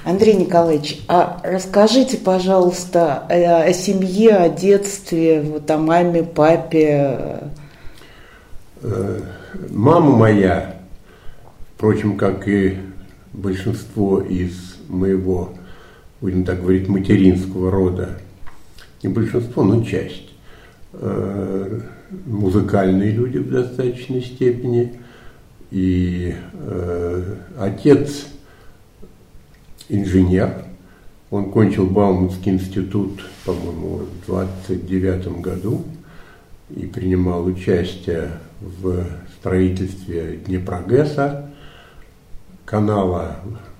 Андрей Николаевич, а расскажите, пожалуйста, о семье, о детстве, вот о маме, папе. Мама моя, впрочем, как и большинство из моего, будем так говорить, материнского рода, не большинство, но часть, музыкальные люди в достаточной степени. И отец инженер, он кончил Бауманский институт, по-моему, в 29 году и принимал участие в строительстве Днепрогэса, канала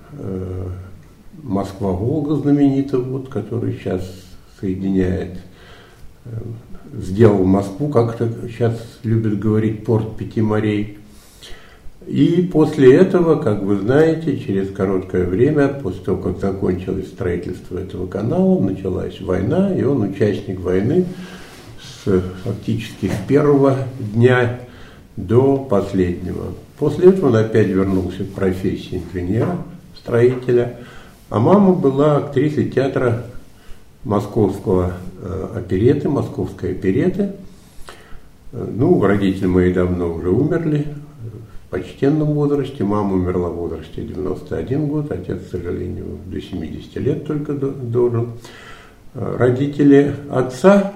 Москва-Волга знаменитого, вот, который сейчас соединяет, сделал Москву, как это сейчас любят говорить, порт Пяти морей. И после этого, как вы знаете, через короткое время, после того, как закончилось строительство этого канала, началась война, и он участник войны фактически с первого дня до последнего. После этого он опять вернулся к профессии инженера, строителя, а мама была актрисой театра московской опереты. Ну, родители мои давно уже умерли, в почтенном возрасте. Мама умерла в возрасте 91 год, отец, к сожалению, до 70 лет только дожил. Родители отца,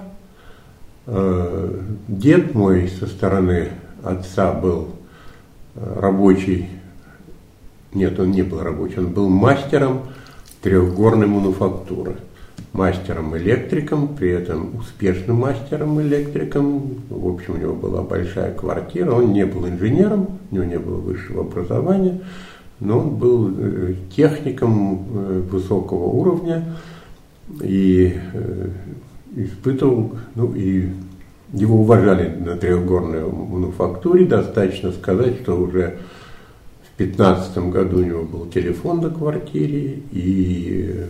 дед мой со стороны отца был рабочий, нет, он не был рабочий, он был мастером трехгорной мануфактуры. Мастером-электриком, при этом успешным мастером-электриком. В общем, у него была большая квартира. Он не был инженером, у него не было высшего образования, но он был техником высокого уровня и испытывал, ну и его уважали на трехгорной мануфактуре. Достаточно сказать, что уже в 15 году у него был телефон на квартире, и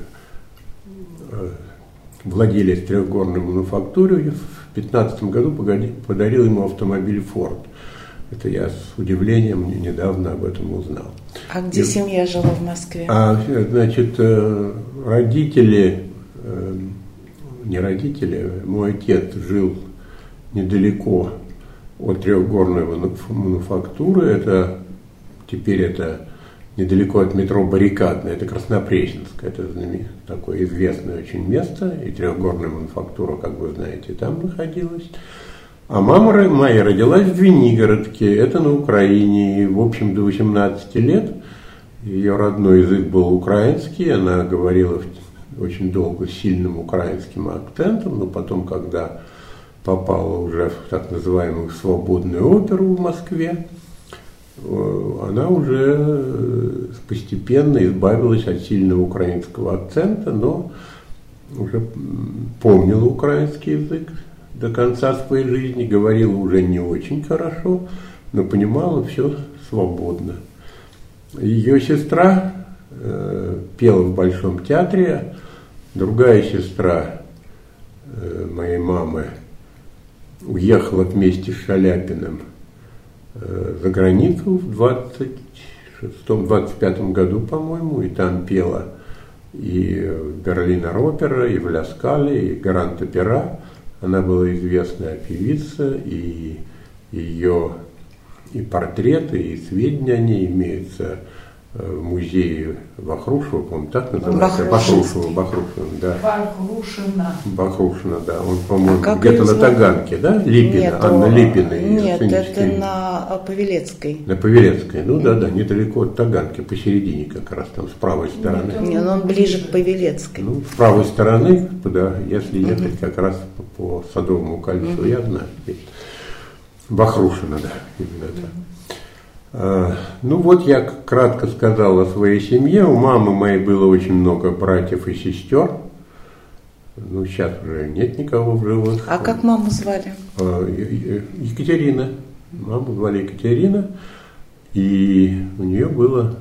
владелец трехгорной мануфактуры в 2015 году подарил ему автомобиль Ford. Это я с удивлением недавно об этом узнал. А где семья жила в Москве? Значит, родители, не родители, мой отец жил недалеко от трехгорной мануфактуры. Теперь это недалеко от метро Баррикадное, это Краснопресненское, это такое известное очень место, и трехгорная мануфактура, как вы знаете, там находилась. А мама моя родилась в Звенигородке, это на Украине, и, в общем, до 18 лет ее родной язык был украинский, она говорила очень долго с сильным украинским акцентом, но потом, когда попала уже в так называемую свободную оперу в Москве, она уже постепенно избавилась от сильного украинского акцента, но уже помнила украинский язык до конца своей жизни, говорила уже не очень хорошо, но понимала все свободно. Ее сестра пела в Большом театре, другая сестра моей мамы уехала вместе с Шаляпиным за границу в 26-25 году, по-моему, и там пела и в Берлинер опера, и в Ля Скале, и Гранд опера. Она была известная певица, и ее и портреты, и сведения о ней имеются в музее Вахрушева, по-моему, так называется? Бахрушева, да. Бахрушина, да. Он, по-моему, где-то на Таганке, да? Липина, нет, Анна Липина. Нет, это на Павелецкой. На Павелецкой, ну да, недалеко от Таганки, посередине как раз, там с правой стороны. Нет, он ближе к Павелецкой. Ну, с правой стороны, куда, если ехать как раз по Садовому кольцу, я знаю. Бахрушина, да, именно так. Ну вот я кратко сказал о своей семье. У мамы моей было очень много братьев и сестер. Ну, сейчас уже нет никого в живых. А как маму звали? Екатерина. Маму звали Екатерина. И у нее было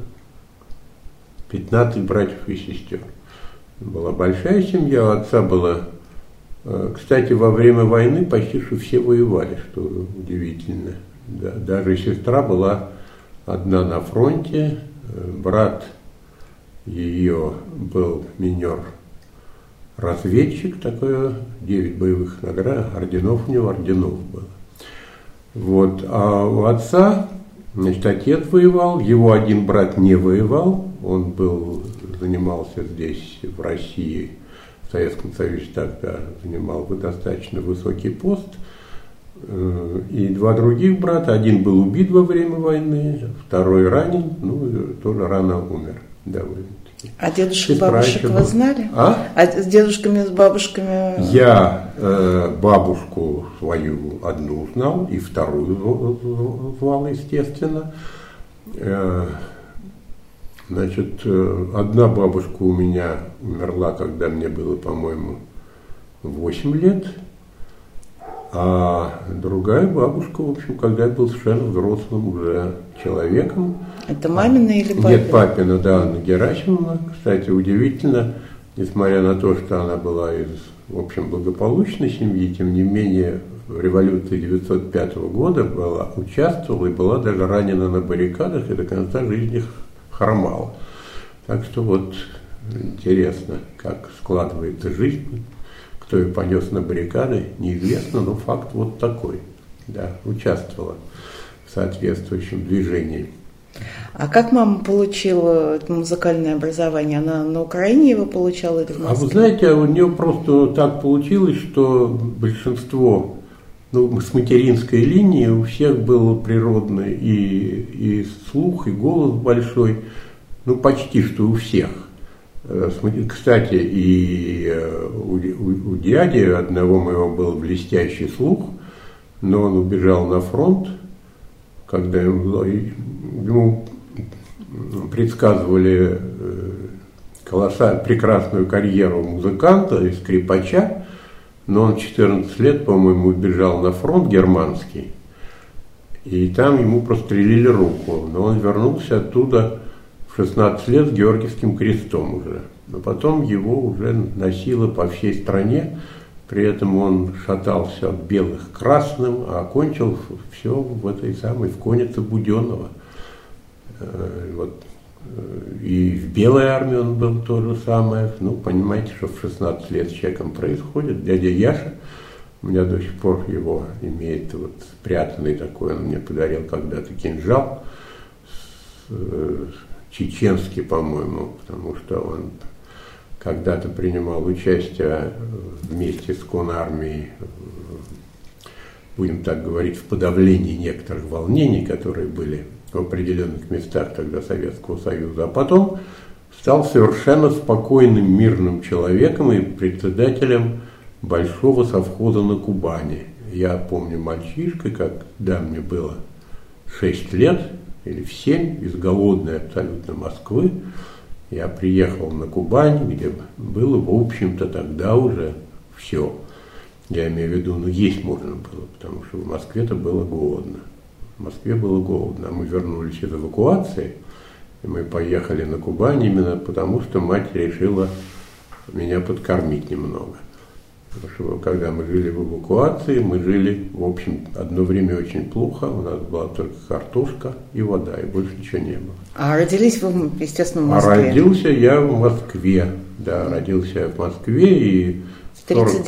15 братьев и сестер. Была большая семья, у отца было... Кстати, во время войны почти что все воевали, что удивительно. Да, даже сестра была одна на фронте, брат ее был минер-разведчик, такой, 9 боевых наград, орденов у него, орденов было. Вот. А у отца, значит, отец воевал, его один брат не воевал, он занимался здесь, в России, в Советском Союзе тогда занимал достаточно высокий пост. И 2 других брата, один был убит во время войны, второй ранен, тоже рано умер довольно-таки. А дедушек, бабушек вы знали? А с дедушками, с бабушками? Я бабушку свою одну знал, и вторую звал, естественно. Значит, одна бабушка у меня умерла, когда мне было, по-моему, 8 лет. А другая бабушка, в общем, когда я был совершенно взрослым уже человеком. Это мамина или папина? Нет, папина, да, Анна Герасимовна. Кстати, удивительно, несмотря на то, что она была из, в общем, благополучной семьи, тем не менее, в революции 1905 года участвовала и была даже ранена на баррикадах и до конца жизни хромала. Так что вот интересно, как складывается жизнь. Кто ее понес на баррикады, неизвестно, но факт вот такой. Да, участвовала в соответствующем движении. А как мама получила это музыкальное образование? Она на Украине его получала или в Москве? А вы знаете, у нее просто так получилось, что большинство, с материнской линии у всех было природный и слух, и голос большой, почти что у всех. Кстати, и у дяди одного моего был блестящий слух, но он убежал на фронт, когда ему предсказывали прекрасную карьеру музыканта и скрипача, но он 14 лет, по-моему, убежал на фронт германский, и там ему прострелили руку, но он вернулся оттуда 16 лет с Георгиевским крестом уже. Но потом его уже носило по всей стране, при этом он шатался от белых к красным, а окончил все в в коннице Буденного. И в Белой армии он был то же самое. Понимаете, что в 16 лет с человеком происходит. Дядя Яша, у меня до сих пор его имеет спрятанный такой, он мне подарил когда-то кинжал, чеченский, по-моему, потому что он когда-то принимал участие вместе с Конармией, будем так говорить, в подавлении некоторых волнений, которые были в определенных местах тогда Советского Союза, а потом стал совершенно спокойным, мирным человеком и председателем большого совхоза на Кубани. Я помню мальчишкой, когда мне было 6 лет, или в 7, из голодной абсолютно Москвы, я приехал на Кубань, где было, в общем-то, тогда уже все. Я имею в виду, есть можно было, потому что в Москве-то было голодно. В Москве было голодно, а мы вернулись из эвакуации, и мы поехали на Кубань именно потому, что мать решила меня подкормить немного. Потому что когда мы жили в эвакуации, мы жили, в общем, одно время очень плохо. У нас была только картошка и вода, и больше ничего не было. А родились вы, естественно, в Москве? А родился я в Москве, да, родился я в Москве и в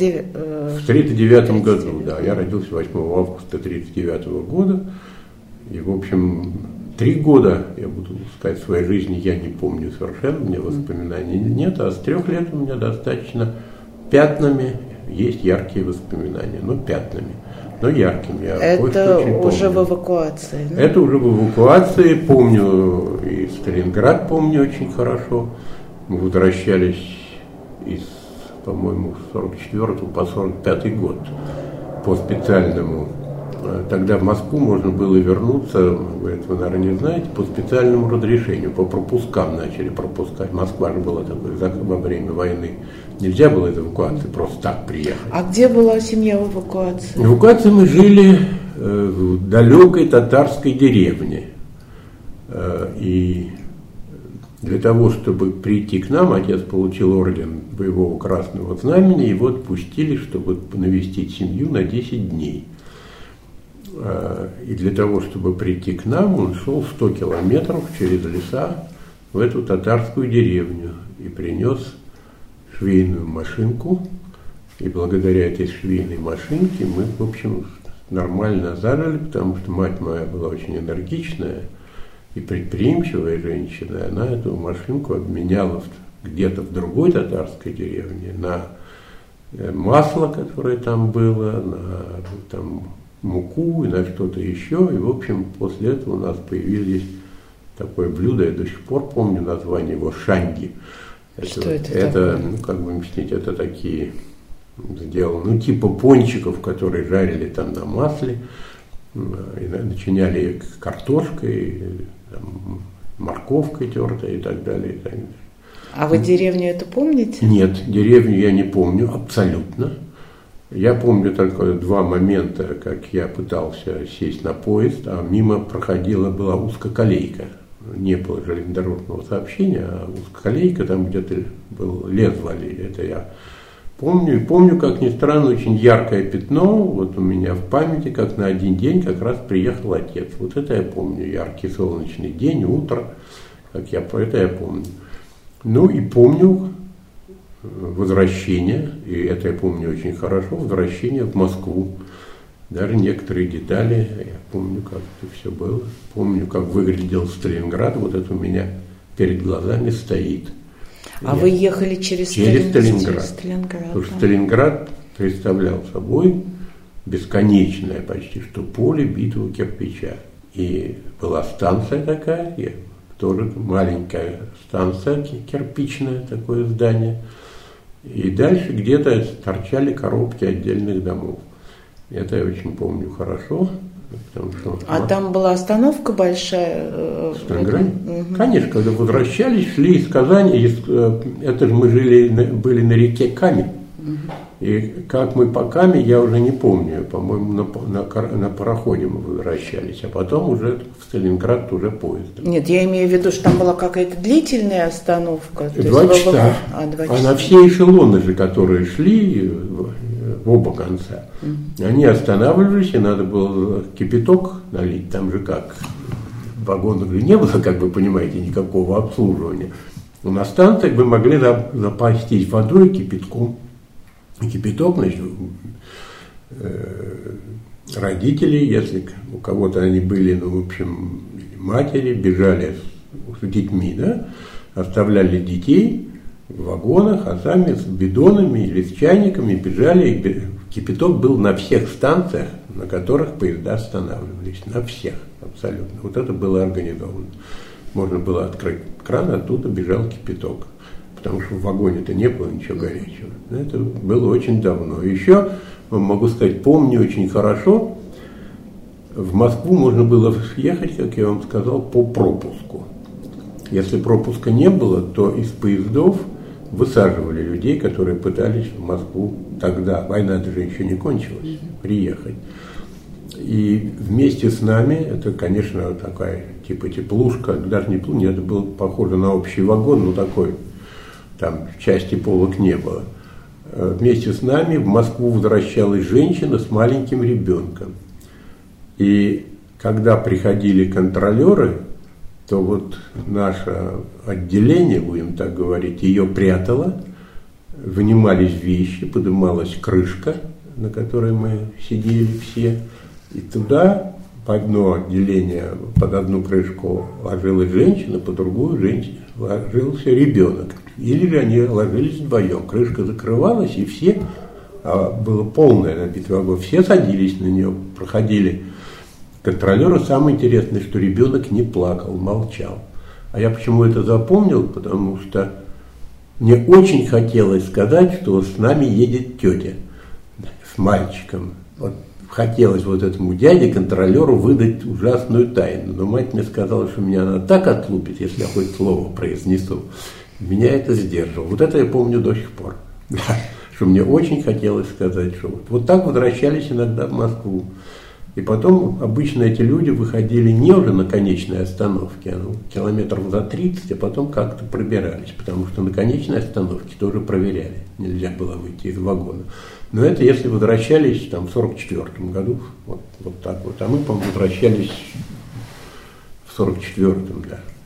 1939 году, да, я родился 8 августа 1939 года. И, в общем, 3 года, я буду сказать, своей жизни я не помню совершенно, у меня воспоминаний нет, а с 3 лет у меня достаточно пятнами есть яркие воспоминания, пятнами, но яркими. Это уже в эвакуации? Да? Это уже в эвакуации, помню, и Сталинград помню очень хорошо. Мы возвращались по-моему, с 44 по 45 год по специальному. Тогда в Москву можно было вернуться, вы этого, наверное, не знаете, по специальному разрешению, по пропускам начали пропускать. Москва же была такой во время войны. Нельзя было из эвакуации просто так приехать. А где была семья в эвакуации? В эвакуации мы жили в далекой татарской деревне. И для того, чтобы прийти к нам, отец получил орден боевого красного знамени, его отпустили, чтобы навестить семью на 10 дней. И для того, чтобы прийти к нам, он шел 100 километров через леса в эту татарскую деревню и принес швейную машинку. И благодаря этой швейной машинке мы, в общем, нормально зажили, потому что мать моя была очень энергичная и предприимчивая женщина. Она эту машинку обменяла где-то в другой татарской деревне на масло, которое там было, на там, муку и на что-то еще. И, в общем, после этого у нас появились такое блюдо, я до сих пор помню название его, шанги. Что это это такое? Ну, как бы объяснить, это такие сделаны, типа пончиков, которые жарили там на масле, и начиняли картошкой, там, морковкой тертой и так далее, и так далее. А вы деревню эту помните? Нет, деревню я не помню абсолютно. Я помню только два момента, как я пытался сесть на поезд, а мимо была узкоколейка. Не было железнодорожного сообщения, а узкоколейка, там где-то был лес валили. Это я помню. И помню, как ни странно, очень яркое пятно, вот у меня в памяти, как на один день как раз приехал отец. Вот это я помню, яркий солнечный день, утро, это я помню. Ну и помню возвращение, и это я помню очень хорошо, возвращение в Москву. Даже некоторые детали, я помню, как это все было. Помню, как выглядел Сталинград, вот это у меня перед глазами стоит. А вы ехали через Сталинград. Потому что да. Сталинград представлял собой бесконечное почти что поле битого кирпича. И была станция такая, тоже маленькая станция кирпичная, такое здание. И дальше где-то торчали коробки отдельных домов. Это я очень помню хорошо. Потому что, там была остановка большая? В Сталинграде? Угу. Конечно, когда возвращались, шли из Казани, это же мы были на реке Каме. Угу. И как мы по Каме, я уже не помню, по-моему, на пароходе мы возвращались, а потом уже в Сталинград уже поездом. Нет, я имею в виду, что там была какая-то длительная остановка. 2 часа. 2 А часа. на все эшелоны же, которые шли в оба конца, они останавливались, и надо было кипяток налить, там же как, вагонов же не было, как вы понимаете, никакого обслуживания. Но на станциях вы могли запастись водой и кипятком. И кипяток, значит, родители, если у кого-то они были, в общем, матери, бежали с детьми, да, оставляли детей в вагонах, а сами с бидонами или с чайниками бежали. И кипяток был на всех станциях, на которых поезда останавливались. На всех, абсолютно. Вот это было организовано. Можно было открыть кран, оттуда бежал кипяток. Потому что в вагоне-то не было ничего горячего. Это было очень давно. Еще, могу сказать, помню очень хорошо, в Москву можно было ехать, как я вам сказал, по пропуску. Если пропуска не было, то из поездов высаживали людей, которые пытались в Москву тогда, война даже еще не кончилась, приехать. И вместе с нами, это, конечно, такая типа теплушка, даже не плу, это было похоже на общий вагон, но такой, там части полок не было. Вместе с нами в Москву возвращалась женщина с маленьким ребенком. И когда приходили контролеры, то вот наше отделение, будем так говорить, ее прятало, вынимались вещи, поднималась крышка, на которой мы сидели все, и туда по одно отделение, под одну крышку ложилась женщина, по другую женщина ложился ребенок. Или же они ложились вдвоем. Крышка закрывалась, и все, было полное набитый вагон, все садились на нее, проходили контролеры. Самое интересное, что ребенок не плакал, молчал. А я почему это запомнил? Потому что мне очень хотелось сказать, что с нами едет тетя с мальчиком. Вот хотелось вот этому дяде, контролеру, выдать ужасную тайну. Но мать мне сказала, что меня она так отлупит, если я хоть слово произнесу. Меня это сдерживало. Вот это я помню до сих пор. Что мне очень хотелось сказать, что вот так возвращались иногда в Москву. И потом обычно эти люди выходили не уже на конечной остановке, а километров за 30, а потом как-то пробирались, потому что на конечной остановке тоже проверяли, нельзя было выйти из вагона. Но это если возвращались там, в 1944 году, вот так вот, а мы, по-моему, возвращались в 1944, да.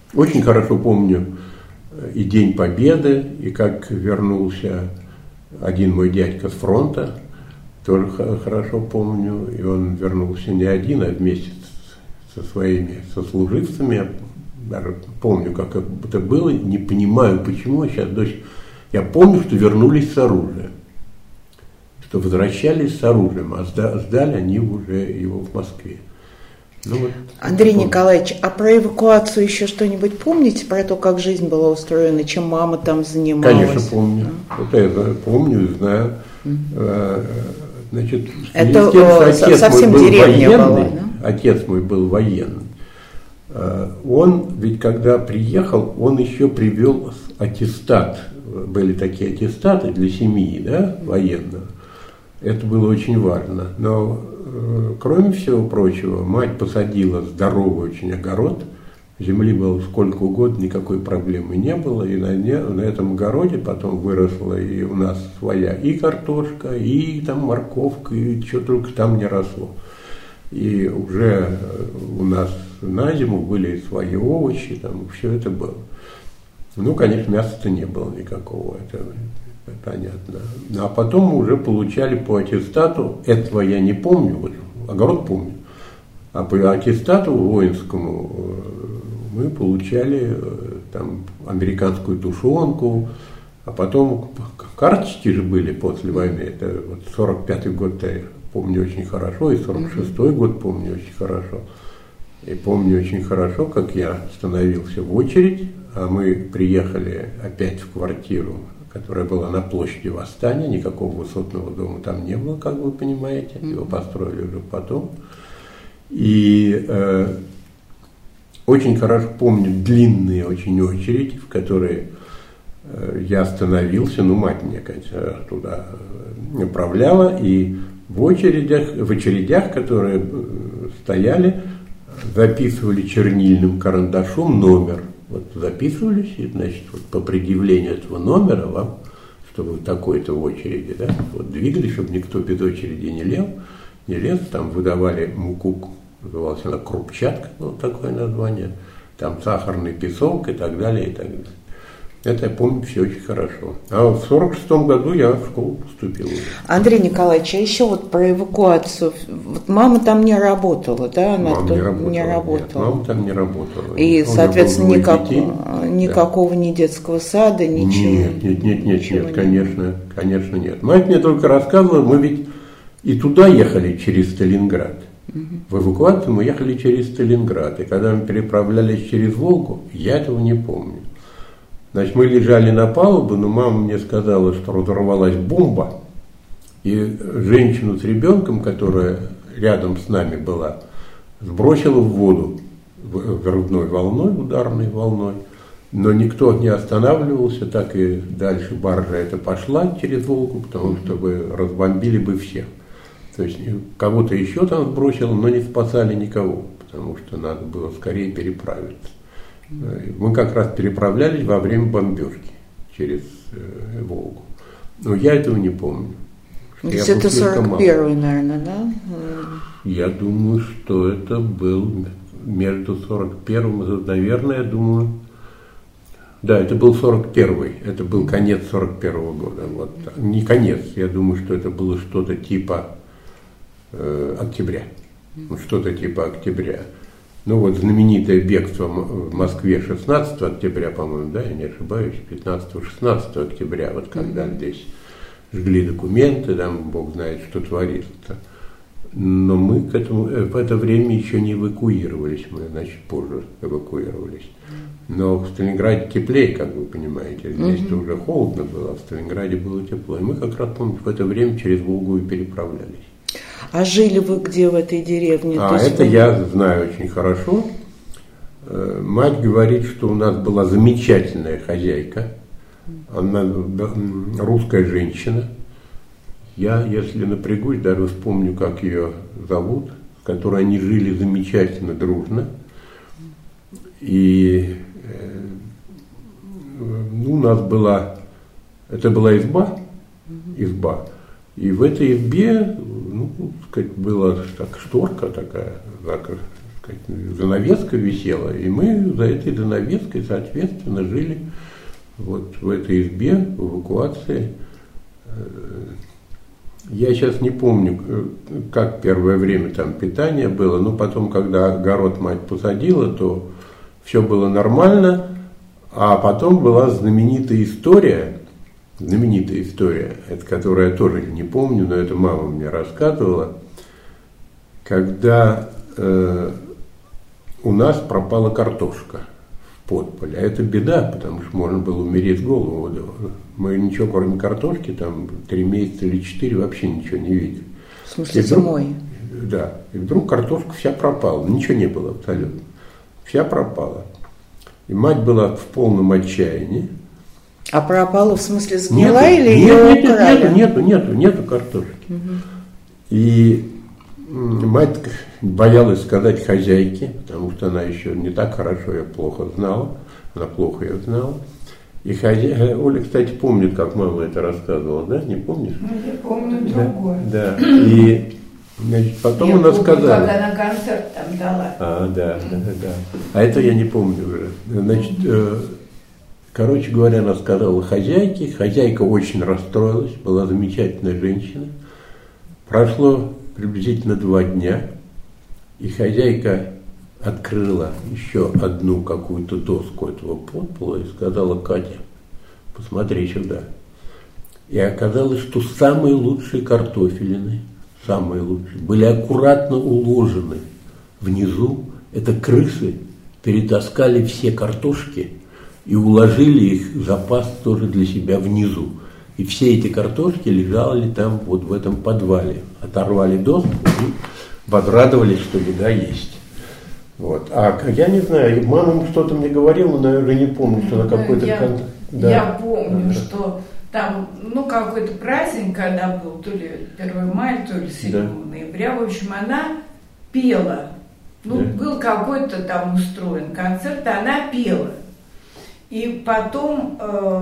Очень хорошо помню и День Победы, и как вернулся один мой дядька с фронта, тоже хорошо помню, и он вернулся не один, а вместе со своими сослуживцами. Я даже помню, как это было, не понимаю почему, сейчас я помню, что вернулись с оружием, что возвращались с оружием, а сдали они уже его в Москве. Ну, вот, Андрей Николаевич, а про эвакуацию еще что-нибудь помните, про то, как жизнь была устроена, чем мама там занималась? Конечно, помню. Вот это помню и знаю. Значит, это совсем деревня военный, была, да? Отец мой был военный. Он ведь когда приехал, он еще привел аттестат. Были такие аттестаты для семьи, да, военного. Это было очень важно. Но, кроме всего прочего, мать посадила здоровый очень огород. Земли было сколько угодно, никакой проблемы не было. И на этом огороде потом выросла и у нас своя и картошка, и там морковка, и что только там не росло. И уже у нас на зиму были свои овощи, там все это было. Ну, конечно, мяса-то не было никакого, это понятно. А потом мы уже получали по аттестату, этого я не помню, вот, огород помню, а по аттестату воинскому мы получали там американскую тушенку, а потом карточки же были после войны, это вот 45-й год я помню очень хорошо, и 46-й год помню очень хорошо. И помню очень хорошо, как я становился в очередь, а мы приехали опять в квартиру, которая была на площади Восстания, никакого высотного дома там не было, как вы понимаете, его построили уже потом. И очень хорошо помню длинные очень очереди, в которые я остановился, ну мать меня, конечно, туда направляла, и в очередях, которые стояли, записывали чернильным карандашом номер. Вот записывались, и, значит, вот по предъявлению этого номера вам, чтобы такой-то в очереди, да, вот двигались, чтобы никто без очереди не лез, там выдавали муку, называлась она крупчатка, было такое название, там сахарный песок и так далее, и так далее. Это я помню все очень хорошо. А в 46-м году я в школу поступил. Андрей Николаевич, а еще вот про эвакуацию. Вот мама там не работала, да? Она мама не работала. Нет, мама там не работала. И, соответственно, никакого ни детского сада, ничего. Нет, конечно, нет. Мать мне только рассказывала, мы ведь и туда ехали через Сталинград. В эвакуацию мы ехали через Сталинград. И когда мы переправлялись через Волгу, я этого не помню. Значит, мы лежали на палубе, но мама мне сказала, что разорвалась бомба, и женщину с ребенком, которая рядом с нами была, сбросила в воду взрывной волной, ударной волной, но никто не останавливался, так и дальше баржа эта пошла через Волгу, потому что разбомбили бы всех. То есть кого-то еще там сбросило, но не спасали никого, потому что надо было скорее переправиться. Мы как раз переправлялись во время бомбежки через Волгу. Но я этого не помню. То есть это 41-й, наверное, да? Я думаю, что это был между 41-м, наверное, я думаю. Да, это был 41-й, это был конец 41-го года. Вот. Не конец, я думаю, что это было что-то типа октября. Что-то типа октября. Ну вот знаменитое бегство в Москве 16 октября, по-моему, да, я не ошибаюсь, 15-16 октября, вот когда здесь жгли документы, там Бог знает, что творится-то. Но мы в это время еще не эвакуировались, мы, значит, позже эвакуировались. Но в Сталинграде теплее, как вы понимаете, здесь-то уже холодно было, а в Сталинграде было тепло. И мы как раз, помню, в это время через Волгу и переправлялись. А жили вы где в этой деревне? Это я знаю очень хорошо. Мать говорит, что у нас была замечательная хозяйка. Она русская женщина. Я, если напрягусь, даже вспомню, как ее зовут, с которой они жили замечательно, дружно. И у нас была изба. И в этой избе, была так шторка такая, сказать, занавеска висела, и мы за этой занавеской, соответственно, жили вот в этой избе, в эвакуации. Я сейчас не помню, как первое время там питание было, но потом, когда огород мать посадила, то все было нормально, а потом была знаменитая история, это, которую я тоже не помню, но это мама мне рассказывала, когда у нас пропала картошка в подполе. А это беда, потому что можно было умереть с голоду. Мы ничего, кроме картошки, там 3 месяца или 4 вообще ничего не видели. В смысле, зимой? Да. И вдруг картошка вся пропала. Ничего не было абсолютно. Вся пропала. И мать была в полном отчаянии. А пропала в смысле сгнила или ее украли? Нету картошки. Угу. И мать боялась сказать хозяйке, потому что она еще не так хорошо ее плохо знала. Она плохо ее знала. И Оля, кстати, помнит, как мама это рассказывала, да? Не помнишь? Ну, я помню другое. Да. И значит, потом она сказала. Как она концерт там дала. Да. А это я не помню уже. Значит, короче говоря, она сказала хозяйке. Хозяйка очень расстроилась, была замечательная женщина. Прошло приблизительно 2 дня, и хозяйка открыла еще одну какую-то доску этого подпола и сказала: Катя, посмотри сюда. И оказалось, что самые лучшие картофелины, самые лучшие, были аккуратно уложены внизу. Это крысы перетаскали все картошки и уложили их в запас тоже для себя внизу. И все эти картошки лежали там вот в этом подвале. Оторвали доску и возрадовались, что еда есть. Вот. А я не знаю, мама что-то мне говорила, но я уже не помню, что на какой-то... Я помню, что там, какой-то праздник, когда был, то ли 1 мая, то ли 7 ноября, в общем, она пела. Был какой-то там устроен концерт, она пела. И потом,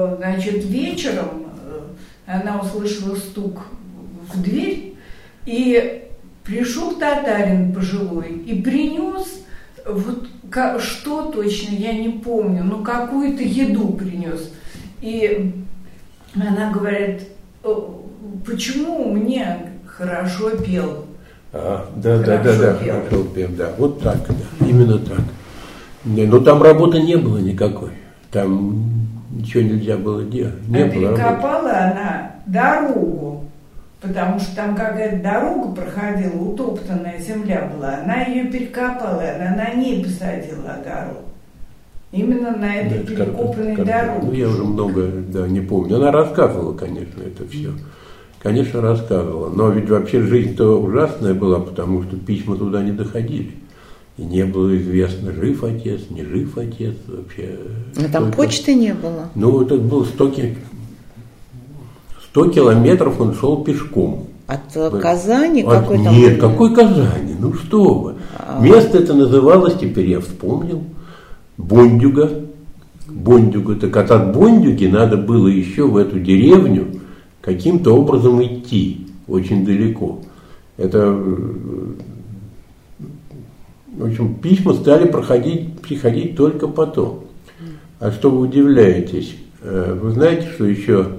вечером она услышала стук в дверь, и пришел татарин пожилой и принес, что точно, я не помню, какую-то еду принес. И она говорит: почему мне хорошо пел? Хорошо пел, да. Вот так, да, именно так. Но там работы не было никакой. Там ничего нельзя было делать. Перекопала она дорогу, потому что там какая-то дорога проходила, утоптанная земля была. Она ее перекопала, она на ней посадила огород. Именно на этой перекопанной дороге. Я уже много не помню. Она рассказывала, конечно, это все. Конечно, рассказывала. Но ведь вообще жизнь-то ужасная была, потому что письма туда не доходили. И не было известно, жив отец, не жив отец вообще. Но там почты не было? Это было 100 километров он шел пешком. От Казани? Нет, какой Казани? Что вы. Место это называлось, теперь я вспомнил, Бондюга. Бондюга. Так от Бондюги надо было еще в эту деревню каким-то образом идти, очень далеко. Это... В общем, письма стали приходить только потом. А что вы удивляетесь? Вы знаете, что еще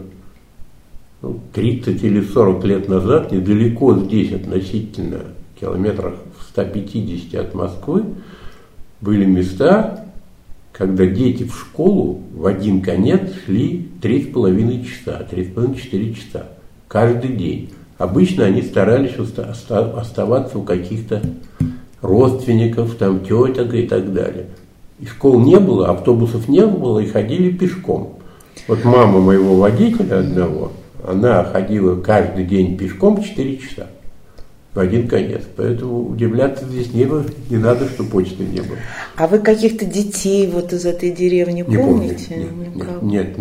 30 или 40 лет назад, недалеко здесь относительно, километрах в 150 от Москвы, были места, когда дети в школу в один конец шли 3,5 часа, 3,5-4 часа каждый день. Обычно они старались оставаться у каких-то родственников, там, теток и так далее. И школ не было, автобусов не было, и ходили пешком. Вот мама моего водителя одного, она ходила каждый день пешком 4 часа в один конец. Поэтому удивляться здесь не надо, что почты не было. А вы каких-то детей вот из этой деревни помните? Нет.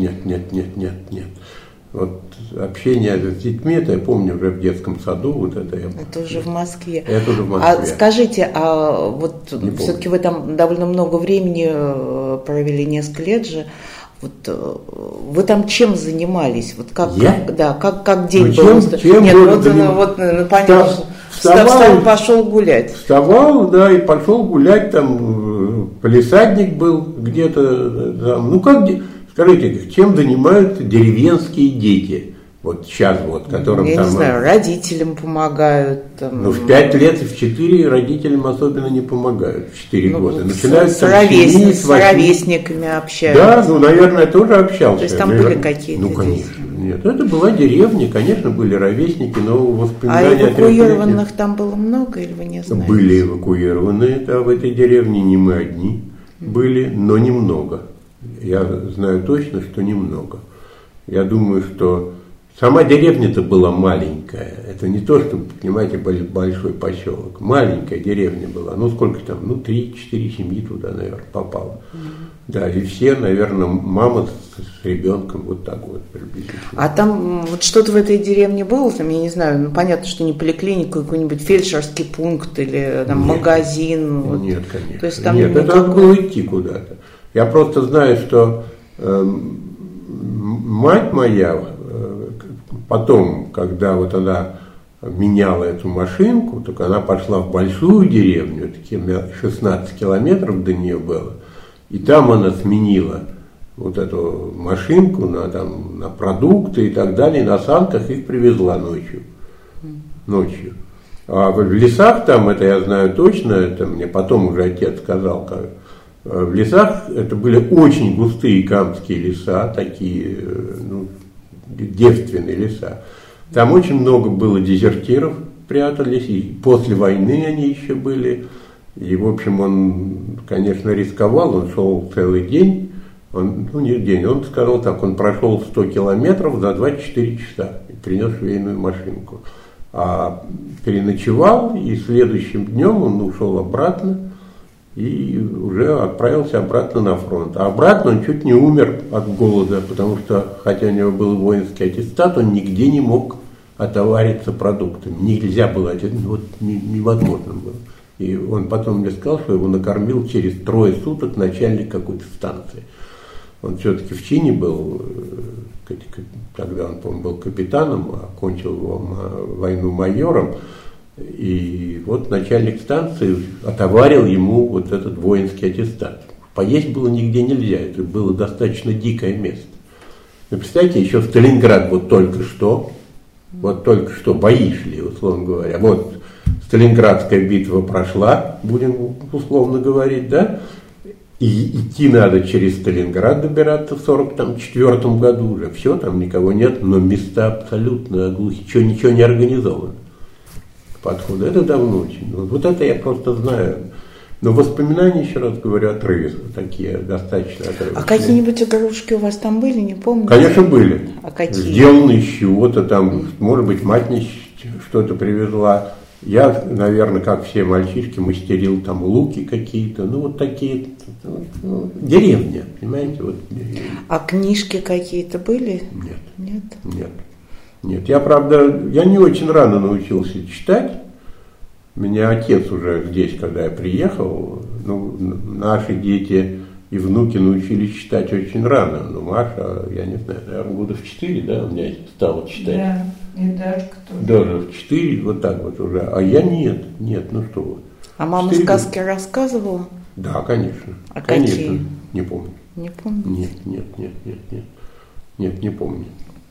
Вот общение с детьми, это я помню уже в детском саду. Это уже в Москве. Это уже в Москве. А скажите, все-таки вы там довольно много времени провели, несколько лет же. Вы там чем занимались? Как день был? Понятно. В Встал, пошел гулять. Вставал, да, и пошел гулять, там палисадник был где-то там. Ну как, скажите, чем занимаются деревенские дети? Вот сейчас вот, которым я там... не знаю, родителям помогают. Там, в 5 лет и в 4 родителям особенно не помогают, в 4 года. Начинают с ровесниками общаются. Да, наверное, тоже общался. То есть там были какие-то дети? Конечно. Нет, это была деревня, конечно, были ровесники, но воспоминания... А эвакуированных там было много, или вы не знаете? Были эвакуированные, да, в этой деревне, не мы одни были, но немного. Я знаю точно, что немного. Я думаю, что сама деревня-то была маленькая. Это не то, что, понимаете, большой поселок. Маленькая деревня была. Ну, сколько там? 3-4 семьи туда, наверное, попало. Да, и все, наверное, мама с ребенком вот так вот приблизительно. А там вот что-то в этой деревне было? Там, я не знаю, понятно, что не поликлиника, какой-нибудь фельдшерский пункт или там магазин. Вот. Нет, конечно. То есть там это надо было идти куда-то. Я просто знаю, что мать моя... Потом, когда вот она меняла эту машинку, так она пошла в большую деревню, 16 километров до нее было, и там она сменила вот эту машинку на продукты и так далее, и на санках их привезла ночью. А в лесах там, это я знаю точно, это мне потом уже отец сказал, в лесах это были очень густые камские леса, такие, девственные леса. Там очень много было дезертиров, прятались, и после войны они еще были. И, в общем, он, конечно, рисковал, он шел целый день, он сказал так, он прошел 100 километров за 24 часа и принес швейную машинку. А переночевал, и следующим днем он ушел обратно, и уже отправился обратно на фронт. А обратно он чуть не умер от голода, потому что, хотя у него был воинский аттестат, он нигде не мог отовариться продуктами. Нельзя было, невозможно было. И он потом мне сказал, что его накормил через 3 суток начальник какой-то станции. Он все-таки в чине был, тогда он, по-моему, был капитаном, окончил войну майором. И вот начальник станции отоварил ему вот этот воинский аттестат. Поесть было нигде нельзя, это было достаточно дикое место. Вы представляете, еще Сталинград вот только что бои шли, условно говоря. Вот Сталинградская битва прошла, будем условно говорить, да? И идти надо через Сталинград добираться в 1944 году уже. Все, там никого нет, но места абсолютно глухие, ничего не организовано. Подходы. Это давно очень. Вот это я просто знаю. Но воспоминания, еще раз говорю, отрывисты, такие достаточно отрывистые. А какие-нибудь игрушки у вас там были, не помню? Конечно, были. А какие? Сделаны из чего-то там, может быть, мать мне что-то привезла. Я, наверное, как все мальчишки, мастерил там луки какие-то, вот такие, деревня, понимаете? Вот. А книжки какие-то были? Нет. Я не очень рано научился читать. Меня отец уже здесь, когда я приехал, наши дети и внуки научились читать очень рано. Маша, я не знаю, наверное, года в 4, да, у меня стала читать. Да, и Дашка тоже. Даже в 4, вот так вот уже. А я нет, что вы. А мама сказки рассказывала? Да, конечно. А конечно. Какие? Не помню. Не помню? Нет, не помню.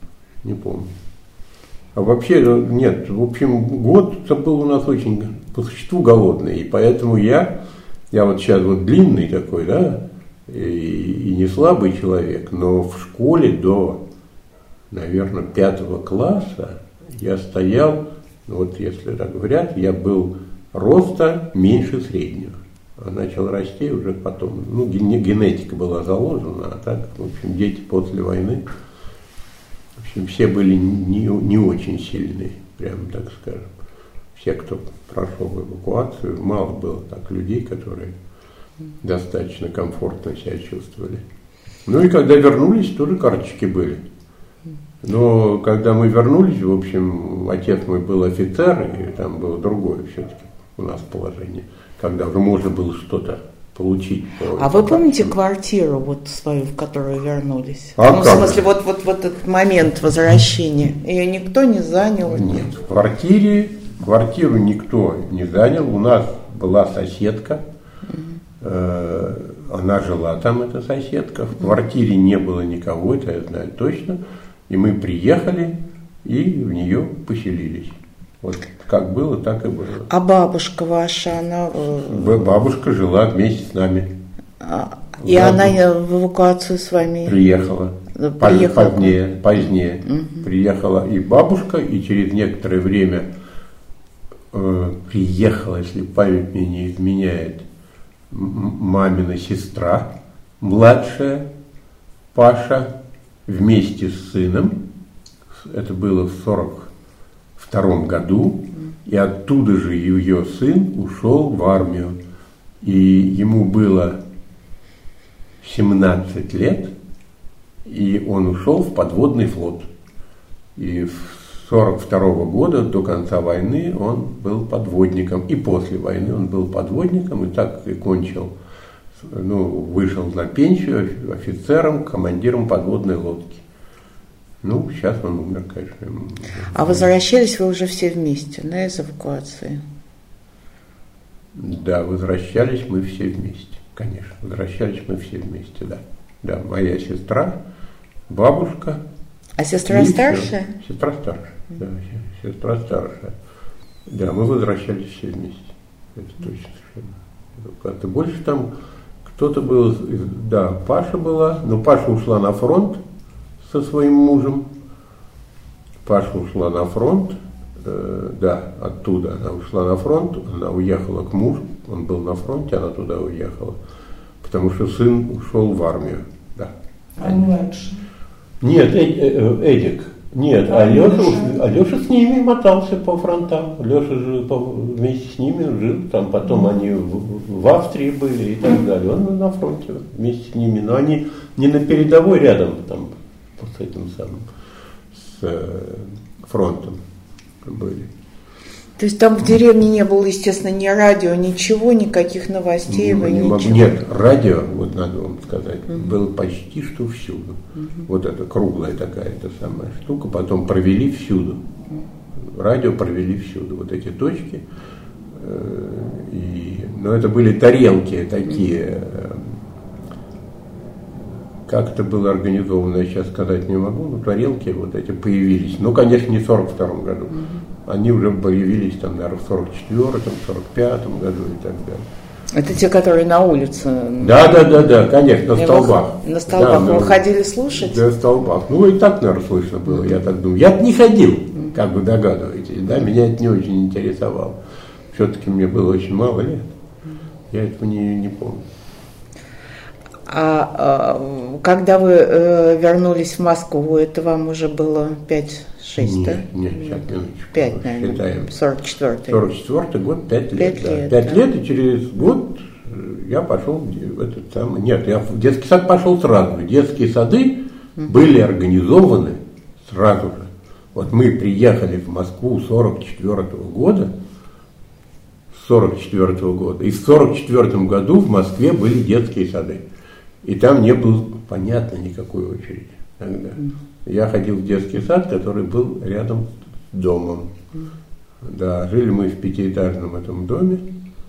А вообще, нет, в общем, год был у нас очень по существу голодный, и поэтому я вот сейчас вот длинный такой, да, и не слабый человек, но в школе до, наверное, 5 класса я стоял, вот если так говорят, я был роста меньше среднего, а начал расти уже потом, генетика была заложена, а так, в общем, дети после войны, в общем, все были не очень сильные, прямо так скажем. Все, кто прошел эвакуацию, мало было так людей, которые достаточно комфортно себя чувствовали. И когда вернулись, тоже карточки были. Но когда мы вернулись, в общем, отец мой был офицер, и там было другое все-таки у нас положение, когда уже можно было что-то получить. А вы помните квартиру вот свою, в которую вернулись? В смысле, вот этот момент возвращения. Ее никто не занял? Нет, в квартире Квартиру никто не занял. У нас была соседка. Она жила там, эта соседка. В квартире не было никого, это я знаю точно. И мы приехали и в нее поселились. Вот как было, так и было. А бабушка ваша, она... Бабушка жила вместе с нами. И она в эвакуацию с вами... Приехала. Позднее. Приехала и бабушка, и через некоторое время приехала, если память мне не изменяет, мамина сестра, младшая, Паша, вместе с сыном. Это было в 1942 году. И оттуда же ее сын ушел в армию. И ему было 17 лет, и он ушел в подводный флот. И с 1942 года до конца войны он был подводником. И после войны он был подводником, и так и кончил. Вышел на пенсию офицером, командиром подводной лодки. Сейчас он умер, конечно. А возвращались вы уже все вместе, да, из эвакуации? Да, возвращались мы все вместе, конечно. Возвращались мы все вместе, да. Да, моя сестра, бабушка. А сестра старшая? Все. Сестра старшая, да, сестра старшая. Да, мы возвращались все вместе. Это точно совершенно. Как-то больше там кто-то был, да, Паша была, но Паша ушла на фронт со своим мужем. Паша ушла на фронт, да, оттуда она ушла на фронт, она уехала к мужу, он был на фронте, она туда уехала, потому что сын ушел в армию, да. А младший? Нет, Эдик. Нет, Алеша с ними мотался по фронтам. Леша же вместе с ними жил, там потом они в Австрии были и так далее. Он на фронте вместе с ними, но они не на передовой рядом там с этим самым, с фронтом были. То есть там в деревне не было, естественно, ни радио, ничего, никаких новостей, ничего? Нет, радио, вот надо вам сказать, было почти что всюду. Вот эта круглая такая-то самая штука, потом провели всюду. Радио провели всюду, вот эти точки. Но это были тарелки такие, как это было организовано, я сейчас сказать не могу, но тарелки вот эти появились. Конечно, не в 1942 году. Они уже появились там, наверное, в 1944-м, 1945 году и так далее. Это те, которые на улице? Да, конечно, на столбах. На столбах вы ходили слушать? Да, на столбах. И так, наверное, слышно было, я так думаю. Я не ходил, как вы догадываетесь, да, меня это не очень интересовало. Все-таки мне было очень мало лет. Я этого не помню. А когда вы вернулись в Москву, это вам уже было 5-6, да? Нет, сейчас минуточку. 5, наверное, считаем. 44-й. 44-й год, 5 лет. 5 да. 5 лет, и через год я пошел в этот самый... Нет, я в детский сад пошел сразу. Детские сады были организованы сразу же. Вот мы приехали в Москву 44-го года, и в 44-м году в Москве были детские сады. И там не было, понятно, никакой очереди тогда. Я ходил в детский сад, который был рядом с домом. Да, жили мы в 5-этажном этом доме.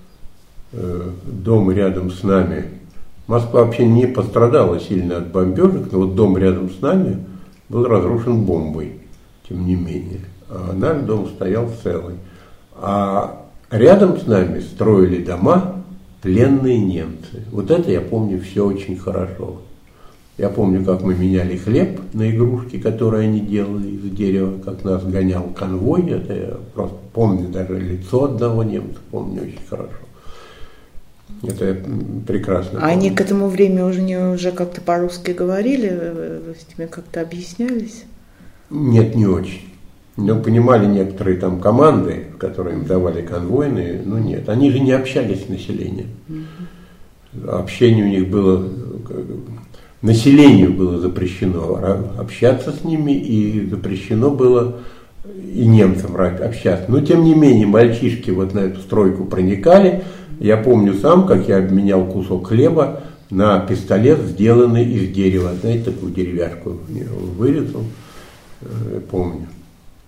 Дом рядом с нами. Москва вообще не пострадала сильно от бомбежек, но вот дом рядом с нами был разрушен бомбой, тем не менее. А наш дом стоял целый. А рядом с нами строили дома пленные немцы. Вот это я помню все очень хорошо. Я помню, как мы меняли хлеб на игрушки, которые они делали из дерева, как нас гонял конвой. Это я просто помню, даже лицо одного немца помню очень хорошо. Это я прекрасно помню. Они к этому времени уже как-то по-русски говорили? Вы с ними как-то объяснялись? Нет, не очень. Но понимали некоторые там команды, которые им давали конвойные, но нет. Они же не общались с населением. Общение у них было, населению было запрещено общаться с ними, и запрещено было и немцам общаться. Но тем не менее, мальчишки вот на эту стройку проникали. Я помню сам, как я обменял кусок хлеба на пистолет, сделанный из дерева. Знаете, такую деревяшку вырезал, помню.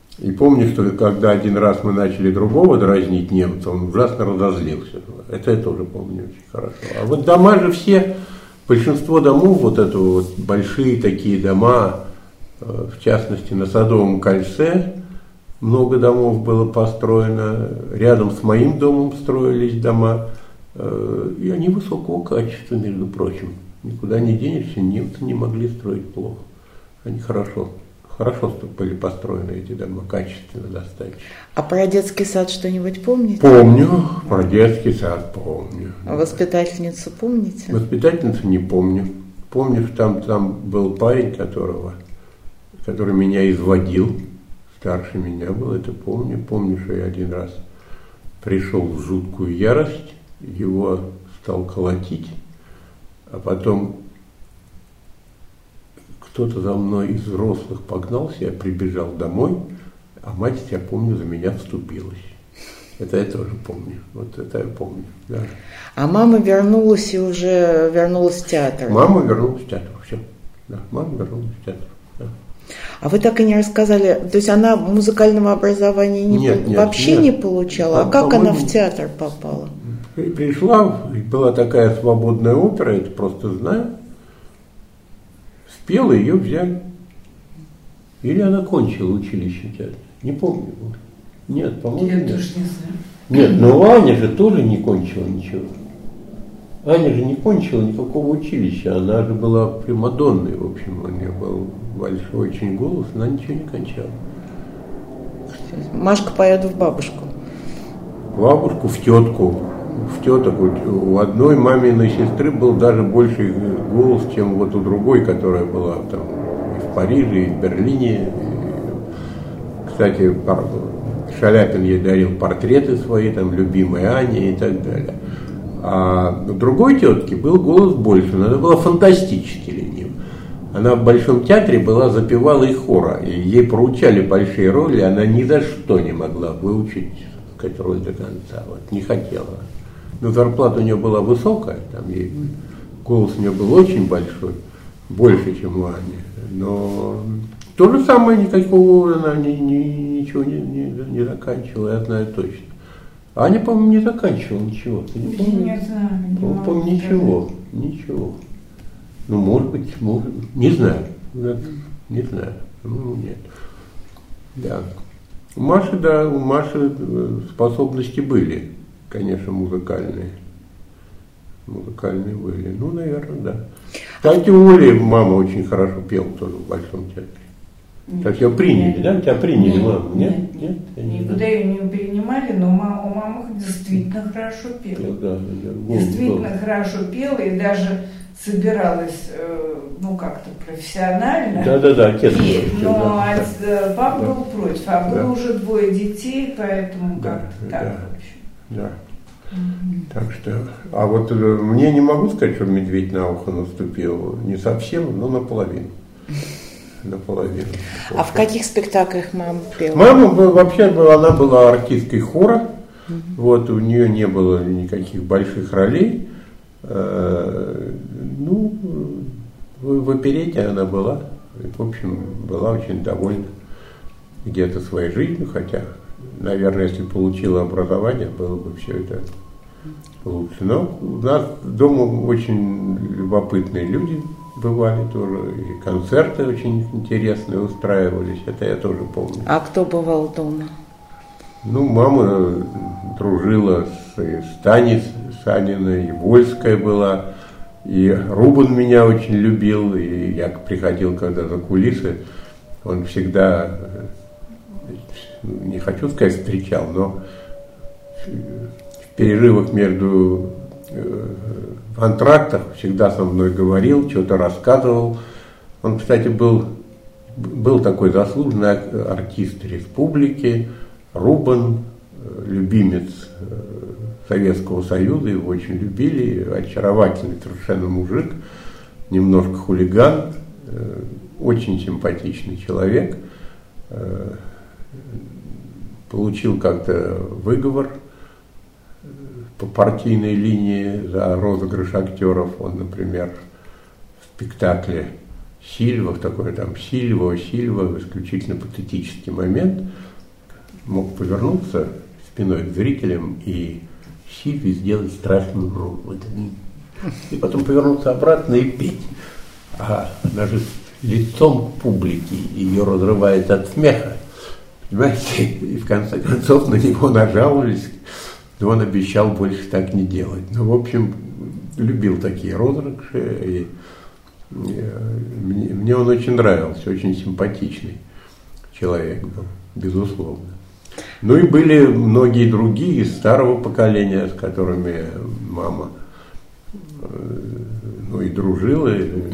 И помню, что когда один раз мы начали другого дразнить немца, он ужасно разозлился. Это я тоже помню очень хорошо. А вот дома же все, большинство домов, вот это вот большие такие дома, в частности на Садовом кольце, много домов было построено, рядом с моим домом строились дома, и они высокого качества, между прочим. Никуда не денешься, немцы не могли строить плохо. Они хорошо были построены эти дома, качественно достаточно. А про детский сад что-нибудь помните? Помню, про детский сад помню. А воспитательницу помните? Воспитательницу не помню. Помню, что там был парень, который меня изводил, старше меня был, это помню. Помню, что я один раз пришел в жуткую ярость, его стал колотить, а потом кто-то за мной из взрослых погнался, я прибежал домой, а мать, я помню, за меня вступилась. Это я тоже помню. Вот это я помню. Да. А мама вернулась в театр? Мама вернулась в театр, все. Да, мама вернулась в театр. Да. А вы так и не рассказали, то есть она музыкального образования вообще не получала? А как она в театр попала? Пришла, была такая свободная опера, это просто знаю. Спела, ее взяли. Или она кончила училище театра. Не помню. Нет, по-моему, я нет. тоже не знаю. Нет, но Аня же тоже не кончила ничего. Аня же не кончила никакого училища. Она же была примадонной, в общем. У нее был большой очень голос, она ничего не кончала. Машка поет в бабушку. В бабушку, в тетку. В теток. У одной маминой сестры был даже больший голос, чем вот у другой, которая была там и в Париже, и в Берлине. Кстати, Шаляпин ей дарил портреты свои, там, любимой Ани и так далее. А у другой тетки был голос больше, но она была фантастически ленива. Она в Большом театре была запевалой хора, и ей поручали большие роли, она ни за что не могла выучить, сказать, роль до конца, вот, не хотела. Но зарплата у нее была высокая, там ей, голос у нее был очень большой, больше, чем у Ани. Но то же самое, никакого она ничего не заканчивала, я знаю точно. Аня, по-моему, не заканчивала ничего. Ты не помнишь? Не знаю. По-моему, ничего. Ну, может быть, не знаю. Не знаю. Ну, нет. Да. У Маши способности были, конечно, музыкальные. Музыкальные были. Ну, наверное, да. Кстати, у Оли мама очень хорошо пела тоже в Большом театре. Так ее приняли, да? Тебя приняли, маму? Нет? Никуда ее не принимали, но мама действительно хорошо пела. Да, действительно хорошо пела и даже собиралась, как-то профессионально. Да, отец. Но папа был против, а было уже 2 детей, поэтому как-то так, в общем. Да. Так что, а вот мне не могу сказать, что медведь на ухо наступил, не совсем, но наполовину. А в каких спектаклях мама пела? Мама она была артисткой хора, вот, у нее не было никаких больших ролей, в оперете она была, в общем, была очень довольна где-то своей жизнью, хотя, наверное, если получила образование, было бы все это лучше. Но у нас дома очень любопытные люди бывали тоже, и концерты очень интересные устраивались, это я тоже помню. А кто бывал дома? Мама дружила с Таней Саниной, и Вольская была, и Рубан меня очень любил, и я приходил когда за кулисы, он всегда, не хочу сказать встречал, но в перерывах между в антрактах всегда со мной говорил, что-то рассказывал. Он, кстати, был такой заслуженный артист республики, Рубан, любимец Советского Союза, его очень любили, очаровательный совершенно мужик, немножко хулиган, очень симпатичный человек. Получил как-то выговор по партийной линии за розыгрыш актеров. Он, например, в спектакле Сильва, в такой там Сильва, в исключительно патетический момент, мог повернуться спиной к зрителям и Сильве сделать страшную роль. И потом повернуться обратно и петь. А даже лицом публики ее разрывает от смеха. Понимаете? И в конце концов на него нажаловались, но он обещал больше так не делать. Ну, в общем, любил такие розыгрыши, и мне он очень нравился, очень симпатичный человек был, безусловно. Ну и были многие другие из старого поколения, с которыми мама и дружила.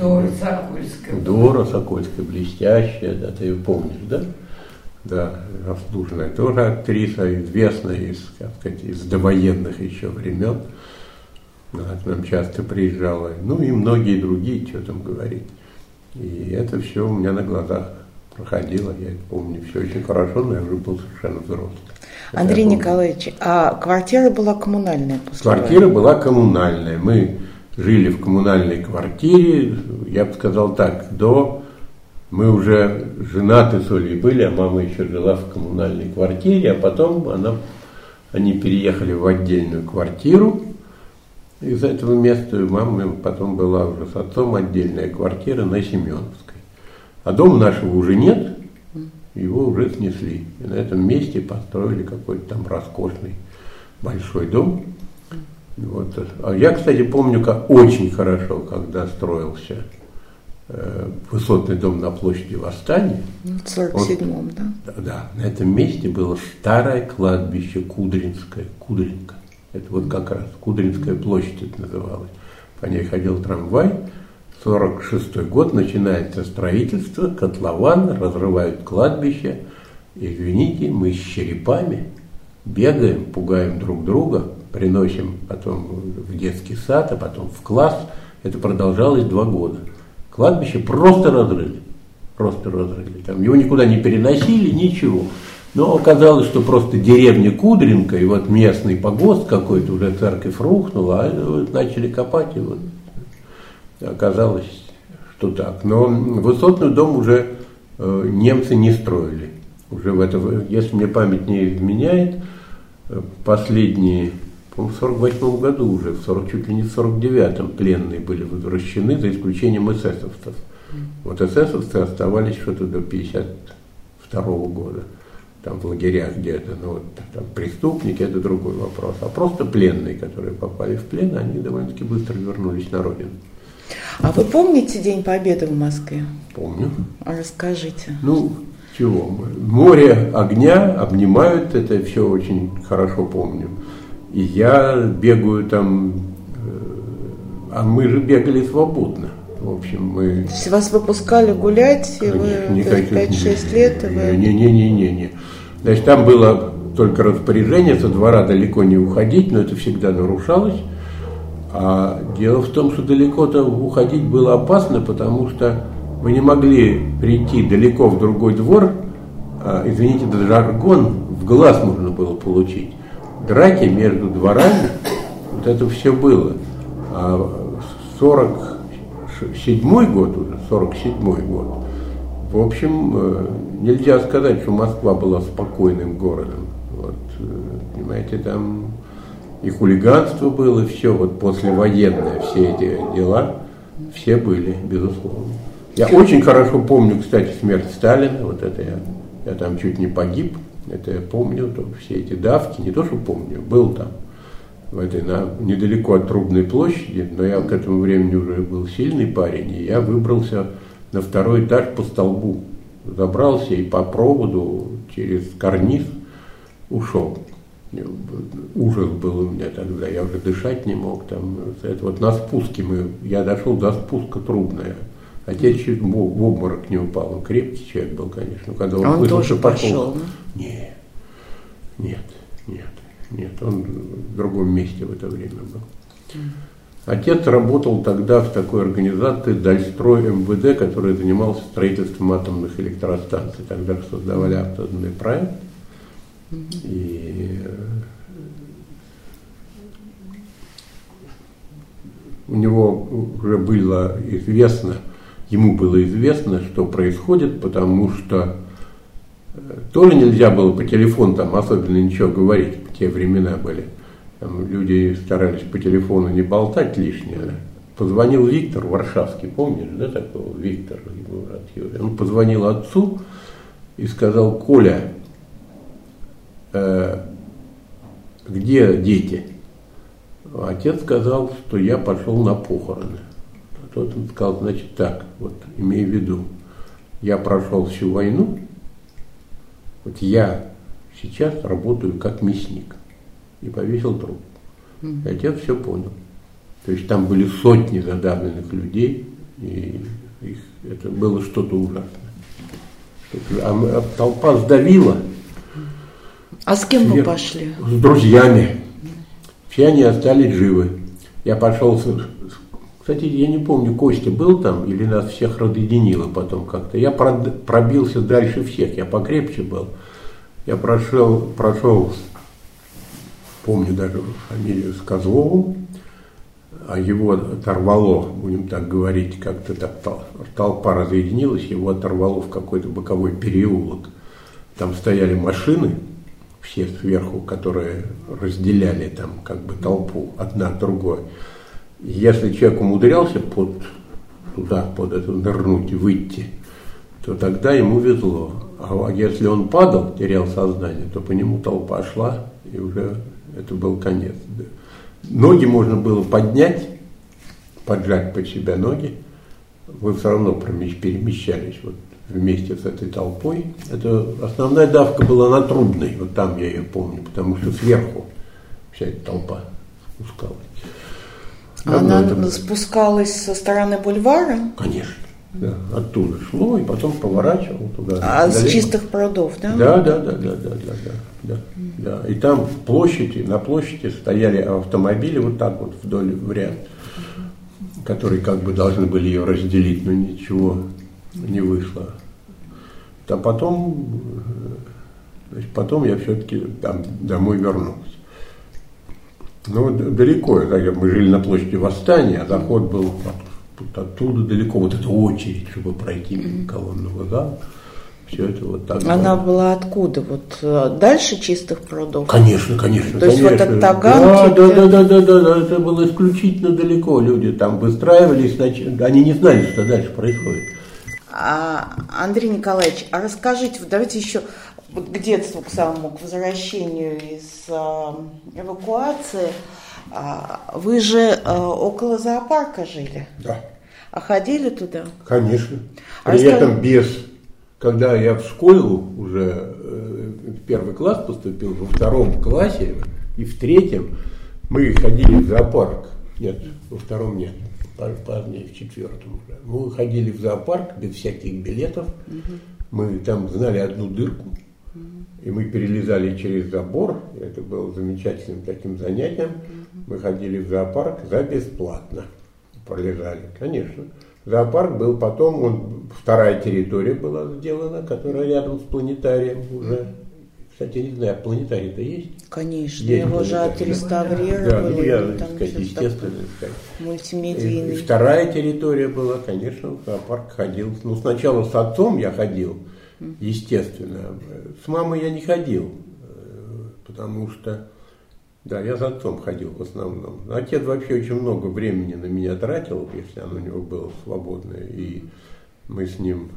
Дора Сокольская, блестящая, да, ты ее помнишь, да? Да, заслуженная тоже актриса, известная из, как сказать, из довоенных еще времен. Она к нам часто приезжала. Ну и многие другие, что там говорить. И это все у меня на глазах проходило, я это помню все очень хорошо, но я уже был совершенно взрослый. Андрей Николаевич, а квартира была коммунальная? Квартира была коммунальная. Мы жили в коммунальной квартире, я бы сказал так, мы уже женаты с Олей были, а мама еще жила в коммунальной квартире, а потом они переехали в отдельную квартиру. Из этого места у мамы потом была уже с отцом отдельная квартира на Семеновской. А дома нашего уже нет, его уже снесли. И на этом месте построили какой-то там роскошный большой дом. Вот. А я, кстати, помню очень хорошо, когда строился высотный дом на площади Восстания. В 47-м, да? Да, на этом месте было старое кладбище Кудринское, Кудринка. Это вот как раз Кудринская площадь это называлась. По ней ходил трамвай. 46-й год, начинается строительство, котлован, разрывают кладбище. Извините, мы с черепами бегаем, пугаем друг друга, приносим потом в детский сад, а потом в класс. Это продолжалось 2 года. Кладбище просто разрыли. Там его никуда не переносили, ничего. Но оказалось, что просто деревня Кудринка, и вот местный погост какой-то, уже церковь рухнула, а начали копать, и вот оказалось, что так. Но высотный дом уже немцы не строили. Уже если мне память не изменяет, последние, по-моему, в 48 году уже, чуть ли не в 49-м пленные были возвращены, за исключением эсэсовцев. Вот эсэсовцы оставались что-то до 52 года. Там в лагерях где-то, там преступники, это другой вопрос. А просто пленные, которые попали в плен, они довольно-таки быстро вернулись на родину. А вы помните День Победы в Москве? Помню. Расскажите. Чего? Море огня обнимают, это все очень хорошо помню. И я бегаю там, а мы же бегали свободно. В общем, мы... Вас выпускали гулять, и вы 5-6 лет, и вы... Не. Значит, там было только распоряжение со двора далеко не уходить, но это всегда нарушалось. А дело в том, что далеко-то уходить было опасно, потому что мы не могли прийти далеко в другой двор, извините, жаргон в глаз можно было получить. Драки между дворами, вот это все было. А 47-й год уже, 47-й год, в общем, нельзя сказать, что Москва была спокойным городом. Вот, понимаете, там и хулиганство было, и все, вот послевоенное, все эти дела, все были, безусловно. Я очень хорошо помню, кстати, смерть Сталина, вот это я там чуть не погиб, это я помню, все эти давки, не то что помню, был там, недалеко от Трубной площади, но я к этому времени уже был сильный парень, и я выбрался на 2-й этаж по столбу, забрался и по проводу через карниз ушел. Ужас был у меня тогда, я уже дышать не мог. Там, это вот на спуске я дошел до спуска Трубная. Отец чуть в обморок не упал, он крепкий человек был, конечно. Когда он тоже пошел? Нет, он в другом месте в это время был. Отец работал тогда в такой организации Дальстрой МВД, которая занималась строительством атомных электростанций. Тогда создавали атомный проект. И у него уже было известно, ему было известно, что происходит, потому что тоже нельзя было по телефону там особенно ничего говорить, в те времена были. Там люди старались по телефону не болтать лишнее. Позвонил Виктор Варшавский, помнишь, да, такого Виктор? Он позвонил отцу и сказал: Коля, где дети? Отец сказал, что я пошел на похороны. Тот он сказал: значит так, вот имей в виду, я прошел всю войну, вот я сейчас работаю как мясник. И повесил трубку. И отец все понял. То есть там были сотни задавленных людей, и это было что-то ужасное. А толпа сдавила. А с кем вы пошли? С друзьями. Все они остались живы. Я пошел, кстати, я не помню, Костя был там или нас всех разъединило потом как-то. Я пробился дальше всех, я покрепче был. Я прошел, помню даже фамилию с Козловым, а его оторвало, будем так говорить, как-то так толпа разъединилась, его оторвало в какой-то боковой переулок. Там стояли машины, все сверху, которые разделяли там как бы толпу одна от другой. Если человек умудрялся туда нырнуть и выйти, то тогда ему везло. А если он падал, терял сознание, то по нему толпа шла, и уже это был конец. Ноги можно было поднять, поджать под себя ноги, вы все равно перемещались вот вместе с этой толпой. Это основная давка была на Трубной, вот там я ее помню, потому что сверху вся эта толпа спускалась. Она спускалась со стороны бульвара? Конечно. Да, оттуда шло и потом поворачивало туда. А с Чистых прудов, да? Да. И там на площади стояли автомобили вот так вот вдоль в ряд, которые как бы должны были ее разделить, но ничего не вышло. А потом я все-таки там домой вернулся. Ну, далеко, мы жили на площади Восстания, а заход был оттуда далеко, вот эта очередь, чтобы пройти колонного зала. Все это вот так. Она была откуда? Вот дальше Чистых прудов? Конечно. То есть конечно. вот от Таганки? Да, это было исключительно далеко. Люди там выстраивались, они не знали, что дальше происходит. Андрей Николаевич, а расскажите, давайте еще вот к детству, к самому, к возвращению из эвакуации. Вы же около зоопарка жили? Да. А ходили туда? Конечно. При этом когда я в школу уже в первый класс поступил, во втором классе и в третьем мы ходили в зоопарк. Нет, во втором нет, позднее, в четвертом уже. Мы ходили в зоопарк без всяких билетов. Мы там знали одну дырку. И мы перелезали через забор, это было замечательным таким занятием. Мы ходили в зоопарк за бесплатно, пролезали, конечно. Зоопарк был потом, вторая территория была сделана, которая рядом с планетарием уже. Кстати, не знаю, планетарий-то есть? Конечно, его же отреставрировали. Да, ну я, так сказать, естественно. Мультимедийный. И вторая территория была, конечно, в зоопарк ходил. Ну, сначала с отцом я ходил. Естественно. С мамой я не ходил, потому что, да, я за отцом ходил в основном. Отец вообще очень много времени на меня тратил, если оно у него было свободное, и мы с ним,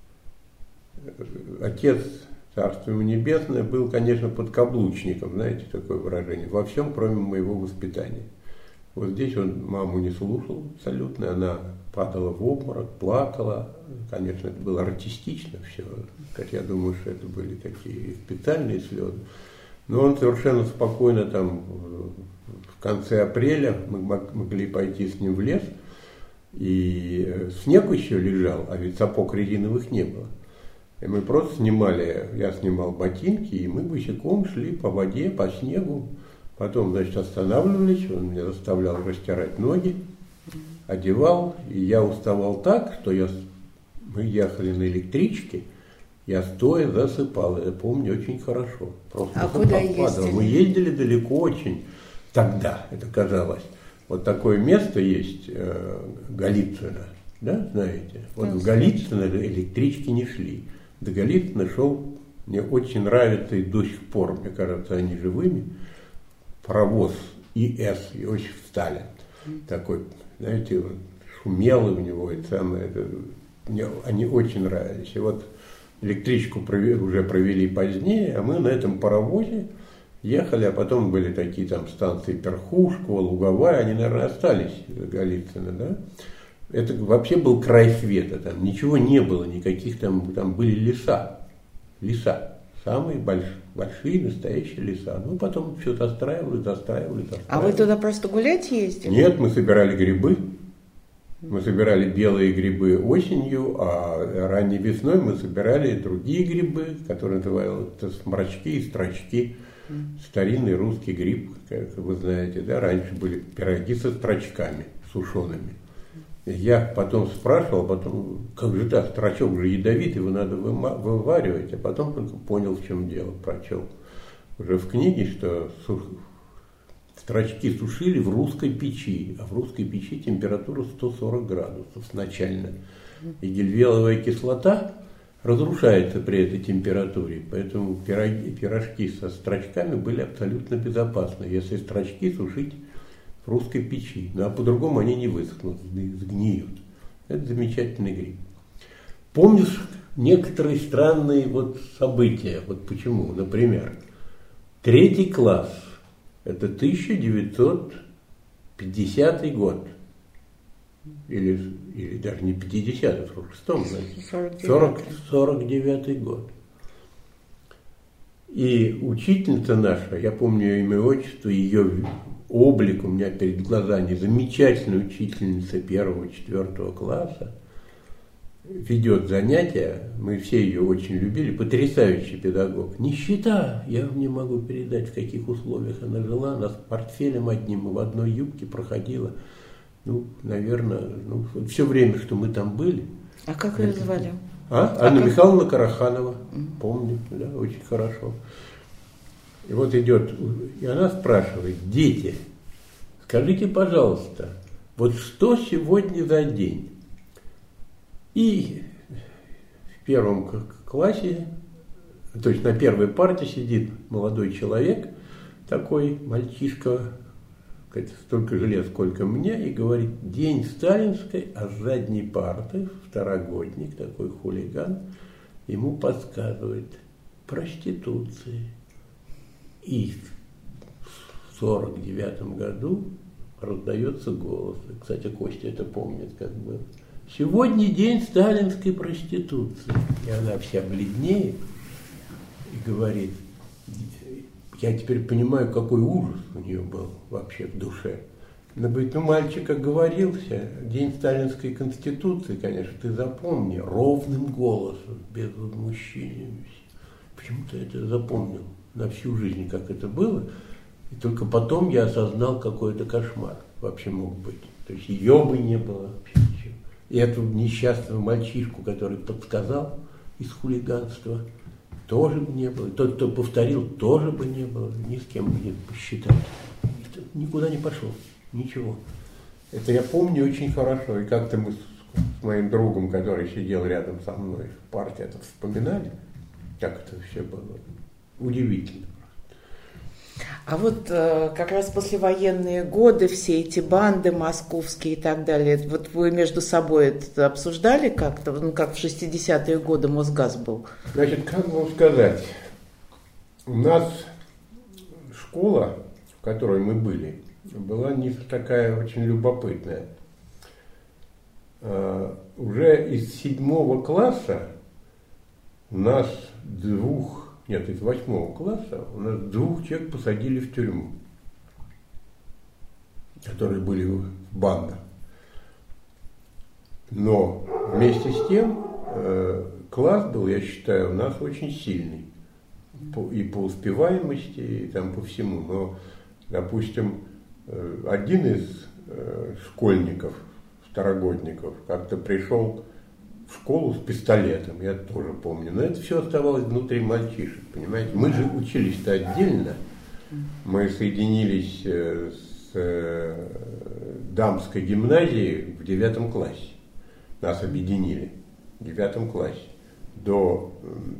отец, царство ему небесное, был, конечно, подкаблучником, знаете, такое выражение, во всем, кроме моего воспитания. Вот здесь он маму не слушал абсолютно, она падала в обморок, плакала. Конечно, это было артистично все. Я думаю, что это были такие специальные слезы. Но он совершенно спокойно там в конце апреля мы могли пойти с ним в лес. И снег еще лежал, а ведь сапог резиновых не было. И мы просто я снимал ботинки, и мы босиком шли по воде, по снегу. Потом, значит, останавливались, он меня заставлял растирать ноги, одевал, и я уставал так, что мы ехали на электричке, я стоя засыпал, я помню очень хорошо. Просто куда ездили? Мы ездили далеко очень, тогда это казалось. Вот такое место есть, Голицыно, да, знаете? Вот в Голицыно электрички не шли. До Голицына шел, мне очень нравится и до сих пор, мне кажется, они живыми, паровоз ИС, Иосиф Сталин. Такой, знаете, вот, шумелый у него, и самое, мне они очень нравились. И вот электричку уже провели позднее, а мы на этом паровозе ехали, а потом были такие там станции Перхушкова, Луговая, они, наверное, остались до Голицына, да? Это вообще был край света, там ничего не было, никаких там были леса, самые большие настоящие леса. Ну, потом все застраивали. А вы туда просто гулять ездили? Нет, мы собирали грибы. Мы собирали белые грибы осенью, а ранней весной мы собирали другие грибы, которые называются сморчки и строчки. Старинный русский гриб, как вы знаете, да, раньше были пироги со строчками сушеными. Я потом спрашивал, как же так, строчок же ядовитый, его надо вываривать, а потом только понял, в чем дело, прочел уже в книге, что строчки сушили в русской печи, а в русской печи температура 140 градусов начально. И гельвеловая кислота разрушается при этой температуре, поэтому пирожки со строчками были абсолютно безопасны, если строчки сушить в русской печи. Ну, а по-другому они не высохнут, сгниют. Это замечательный гриб. Помнишь некоторые странные события? Вот почему? Например, 3 класс. Это 1950 год. Или даже не 50, а 46-м, значит. 49-й год. И учительница наша, я помню ее имя и отчество, ее облик у меня перед глазами, замечательная учительница 1-4 класса, ведет занятия, мы все ее очень любили, потрясающий педагог. Нищета, я вам не могу передать, в каких условиях она жила, она с портфелем одним в одной юбке проходила, наверное, все время, что мы там были. А как ее звали? Анна Михайловна Караханова, помню, да, очень хорошо. И вот идет, и она спрашивает: дети, скажите, пожалуйста, вот что сегодня за день? И в 1 классе, то есть на первой парте сидит молодой человек, такой мальчишка, столько же лет, сколько мне, и говорит: день сталинской, а с задней парты второгодник, такой хулиган, ему подсказывает: проституции. И в 49 году раздается голос. Кстати, Костя это помнит, как бы. Сегодня день сталинской проституции. И она вся бледнеет и говорит: я теперь понимаю, какой ужас у нее был вообще в душе. Она говорит: мальчик оговорился, день сталинской конституции, конечно, ты запомни, ровным голосом, без возмущения. Почему-то это запомнил на всю жизнь, как это было. И только потом я осознал, какой это кошмар вообще мог быть. То есть ее бы не было вообще ничего. И эту несчастного мальчишку, который подсказал из хулиганства, тоже бы не было. Тот, кто повторил, тоже бы не было. Ни с кем бы не посчитать. Никуда не пошел. Ничего. Это я помню очень хорошо. И как-то мы с моим другом, который сидел рядом со мной в парте, это вспоминали, как это все было. Удивительно. А вот как раз послевоенные годы, все эти банды московские и так далее, вот вы между собой это обсуждали как-то, как в 60-е годы Мосгаз был? Значит, как вам сказать, у нас школа, в которой мы были, была не такая очень любопытная. Уже из 7 класса нас из 8 класса у нас 2 человек посадили в тюрьму, которые были в бандах. Но вместе с тем класс был, я считаю, у нас очень сильный. И по успеваемости, и там по всему. Но, допустим, один из школьников, второгодников, как-то пришел в школу с пистолетом, я тоже помню. Но это все оставалось внутри мальчишек, понимаете. Мы же учились-то отдельно. Мы соединились с дамской гимназией в 9 классе. нас объединили в 9 классе. До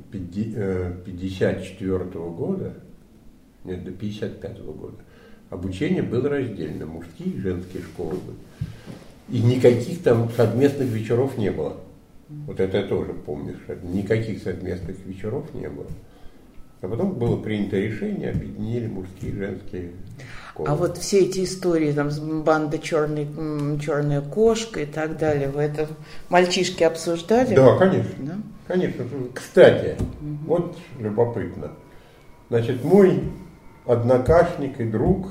54 года, нет, до 55 года обучение было раздельно, мужские и женские школы были. И никаких там совместных вечеров не было. Вот это я тоже помню, что никаких совместных вечеров не было. А потом было принято решение, объединили мужские и женские школы. А вот все эти истории, там, банда черная кошка и так далее, вы это мальчишки обсуждали? Да, конечно. Да? Конечно. Кстати, вот любопытно. Значит, мой однокашник и друг,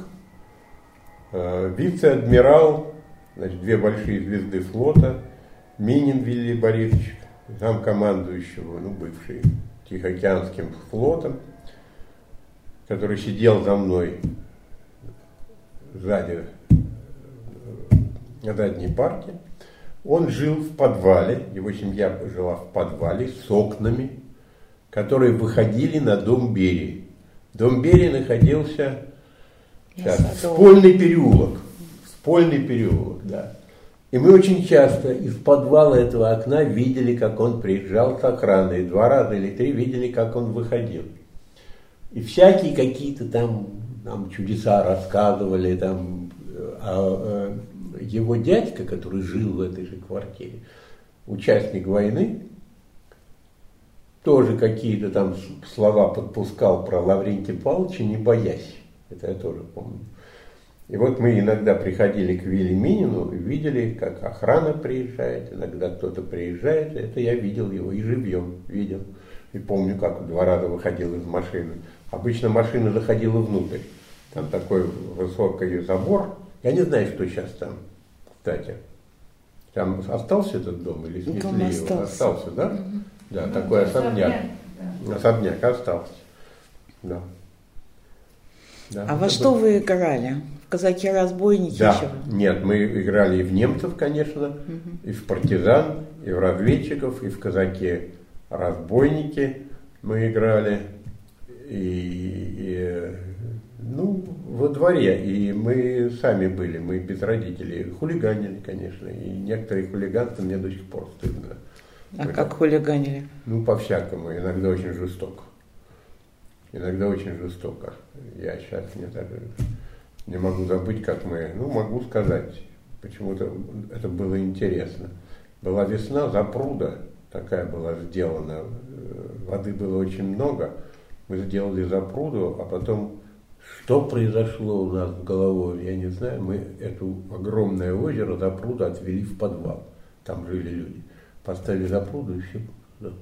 вице-адмирал, значит, 2 большие звезды флота, Минин Вилли Борисович, замкомандующего, бывший Тихоокеанским флотом, который сидел за мной сзади, на задней парте. Он жил в подвале, его семья жила в подвале с окнами, которые выходили на дом Берии. Дом Берии находился Спольный переулок. Спольный переулок, да. И мы очень часто из подвала этого окна видели, как он приезжал с охраной. 2 раза или 3 видели, как он выходил. И всякие какие-то там чудеса рассказывали. Его дядька, который жил в этой же квартире, участник войны, тоже какие-то там слова подпускал про Лаврентия Павловича, не боясь. Это я тоже помню. И вот мы иногда приходили к Вилли Минину и видели, как охрана приезжает, иногда кто-то приезжает. Это я видел его и живьем видел. И помню, как 2 раза выходил из машины. Обычно машина заходила внутрь. Там такой высокий забор. Я не знаю, что сейчас там, кстати. Там остался этот дом или снесли его? Остался, да? Да, такой особняк. Особняк остался. Да. Да, а во что вы играли? В казаки-разбойники? Да, еще? Нет, мы играли и в немцев, конечно, и в партизан, и в разведчиков, и в казаки-разбойники мы играли, во дворе, и мы сами были, мы без родителей хулиганили, конечно, и некоторые хулиганства мне до сих пор стыдно. А как хулиганили? По-всякому, иногда очень жестоко. Иногда очень жестоко. Я сейчас не могу забыть, как мы... могу сказать, почему-то это было интересно. Была весна, запруда такая была сделана. Воды было очень много. Мы сделали запруду, а потом... Что произошло у нас в голове, я не знаю. Мы это огромное озеро, запруду отвели в подвал. Там жили люди. Поставили запруду и все...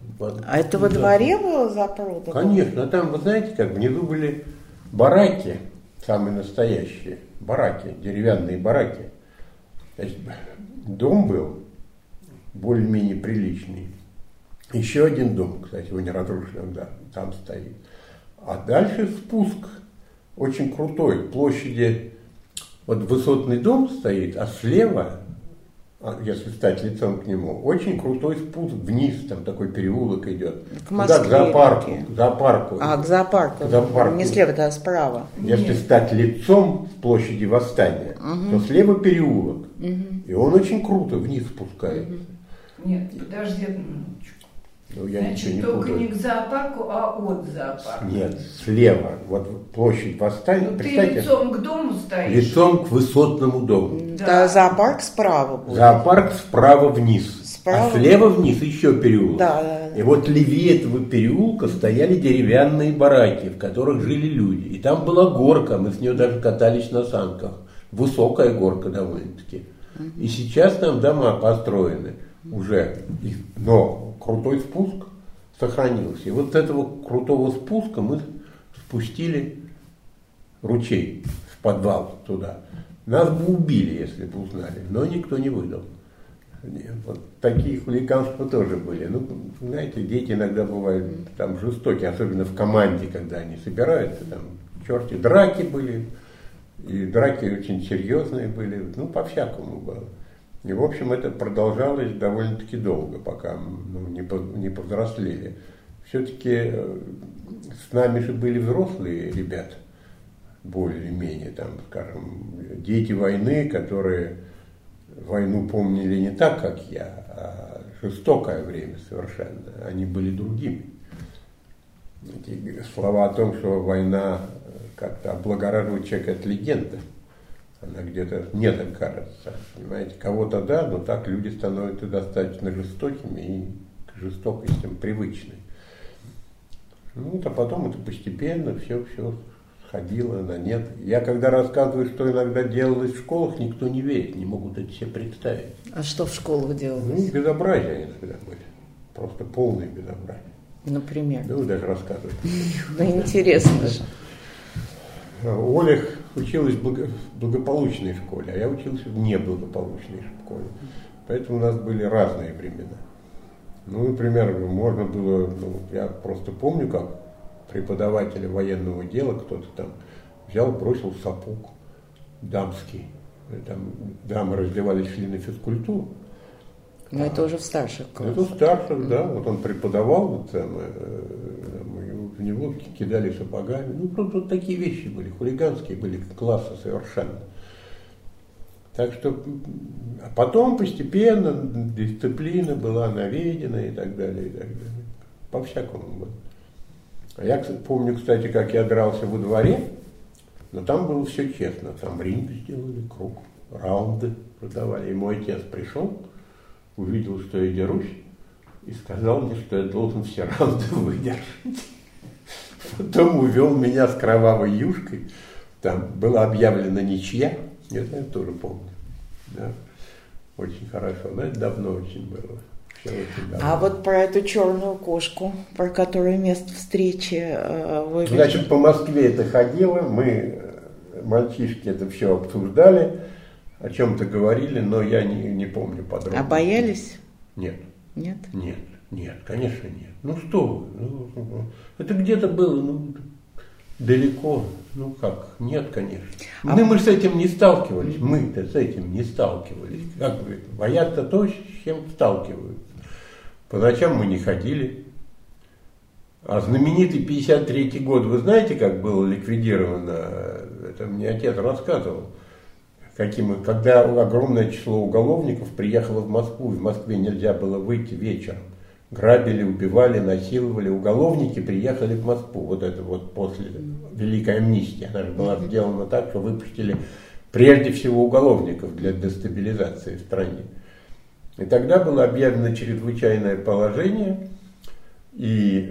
А это во дворе было запруда? Конечно, там, вы знаете, как внизу были бараки, самые настоящие, бараки, деревянные бараки. Значит, дом был более-менее приличный. Еще один дом, кстати, его не разрушен, да, там стоит. А дальше спуск очень крутой, площади, вот высотный дом стоит, а слева... если стать лицом к нему, очень крутой спуск вниз, там такой переулок идет. К Москве. К зоопарку. К зоопарку. Не слева, а справа. Если стать лицом с площади Восстания, то слева переулок. И он очень круто вниз спускается. Нет, подожди одну минуточку. Я Значит, не только путаю. не к зоопарку, а от зоопарка. Нет, слева. Вот площадь Восстания. Ты лицом к дому стоишь? Лицом к высотному дому. Да, зоопарк справа будет. Зоопарк справа вниз. Справа? А слева вниз еще переулок. Да. И вот левее этого переулка стояли деревянные бараки, в которых жили люди. И там была горка, мы с нее даже катались на санках. Высокая горка довольно-таки. И сейчас там дома построены уже. Но крутой спуск сохранился. И вот с этого крутого спуска мы спустили ручей в подвал туда. Нас бы убили, если бы узнали, но никто не выдал. Вот такие хулиганства тоже были. Знаете, дети иногда бывают там жестокие, особенно в команде, когда они собираются, там черти, драки были, и драки очень серьезные были, по-всякому было. И, в общем, это продолжалось довольно-таки долго, пока не повзрослели. Все-таки с нами же были взрослые ребята, более-менее, там, скажем, дети войны, которые войну помнили не так, как я, а жестокое время совершенно. Они были другими. Эти слова о том, что война как-то облагораживает человека, это легенда. Она где-то не так кажется. Понимаете, кого-то да, но так люди становятся достаточно жестокими и к жестокостям привычны. Ну, а потом это постепенно все сходило на нет. Я когда рассказываю, что иногда делалось в школах, никто не верит, не могут это себе представить. А что в школах делалось? Ну, безобразия иногда были. Просто полное безобразие. Например? Да вы даже рассказываете. Да интересно же. Оля училась в благополучной школе, а я учился в неблагополучной школе. Поэтому у нас были разные времена. Ну, например, можно было, я просто помню, как преподавателя военного дела кто-то там взял, бросил сапог дамский. Там дамы раздевались, шли на физкультуру. Но это уже в старших классах. Это в старших, да. Вот он преподавал, в него кидали сапогами. Ну, просто вот такие вещи были, хулиганские были классы совершенно. Так что, а потом постепенно дисциплина была наведена и так далее, и так далее. По-всякому было. А я помню, кстати, как я дрался во дворе, но там было все честно. Там ринг сделали, круг, раунды продавали. И мой отец пришел, увидел, что я дерусь, и сказал мне, что я должен все раунды выдержать. Потом увел меня с кровавой юшкой. Там была объявлена ничья. Это я тоже помню. Да. Очень хорошо. Но это давно очень было. Все очень давно. А вот про эту черную кошку, про которую место встречи вы... Значит, по Москве это ходило. Мы, мальчишки, это все обсуждали, о чем-то говорили, но я не помню подробно. А боялись? Нет. Нет? Нет, конечно нет. Ну что вы, это где-то было, далеко. Ну как, нет, конечно. Мы с этим не сталкивались, мы-то с этим не сталкивались. Как бы, боятся то, с чем сталкиваются. По ночам мы не ходили. А знаменитый 53-й год, вы знаете, как было ликвидировано? Это мне отец рассказывал. Когда огромное число уголовников приехало в Москву, и в Москве нельзя было выйти вечером. Грабили, убивали, насиловали. Уголовники приехали в Москву. Вот это вот после Великой амнистии. Она же была сделана так, что выпустили прежде всего уголовников для дестабилизации в стране. И тогда было объявлено чрезвычайное положение, и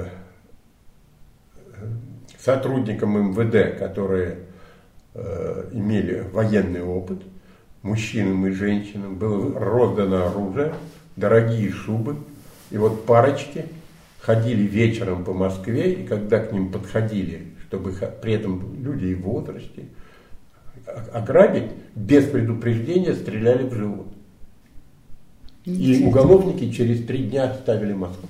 сотрудникам МВД, которые имели военный опыт, мужчинам и женщинам, было роздано оружие, дорогие шубы. И вот парочки ходили вечером по Москве, и когда к ним подходили, чтобы при этом люди в возрасте, ограбить, без предупреждения стреляли в живот. И уголовники через 3 дня оставили Москву.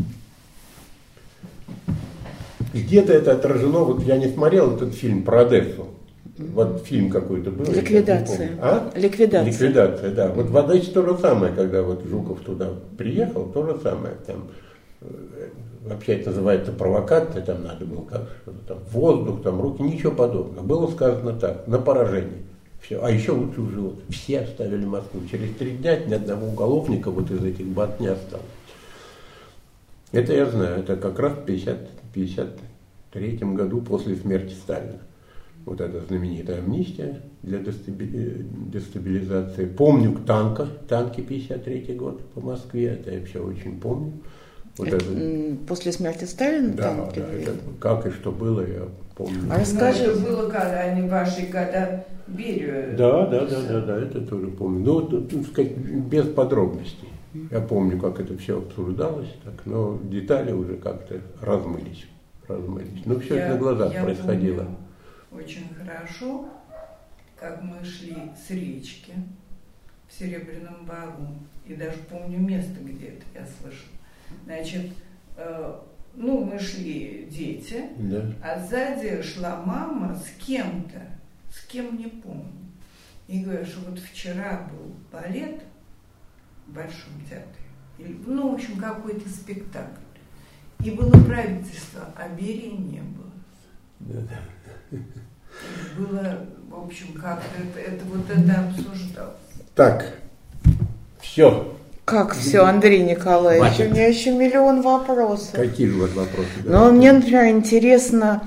Где-то это отражено, вот я не смотрел этот фильм про Одессу. Вот фильм какой-то был. Ликвидация. Ликвидация, да. Вот в Одессе то же самое, когда вот Жуков туда приехал, то же самое. Там, вообще это называется провокация, там надо было как-то там воздух, там руки, ничего подобного. Было сказано так, на поражение. Все. А еще лучше в живот. Все оставили Москву. Через 3 дня ни одного уголовника вот из этих банд не осталось. Это я знаю. Это как раз в 1953 году после смерти Сталина. Вот эта знаменитая амнистия для дестабилизации. Помню танки 53 год по Москве. Это я все очень помню. Вот это, после смерти Сталина? Да, танки? Да, это как и что было, я помню. А расскажи. Это было, когда они ваши года Берию. Да, это тоже помню. Ну, так сказать, без подробностей. Я помню, как это все обсуждалось, так, но детали уже как-то размылись. Но все это на глазах происходило. Помню очень хорошо, как мы шли с речки в Серебряном Бару. И даже помню место, где это я слышала. Значит, мы шли дети, да. А сзади шла мама с кем-то, с кем не помню. И говорю, что вот вчера был балет в Большом театре, в общем, какой-то спектакль. И было правительство, а Берии не было. Да. Было, в общем, как-то это обсуждалось. Так, Все. Как все, Андрей Николаевич? У меня еще миллион вопросов. Какие же вот вопросы? Ну, мне, например, интересно,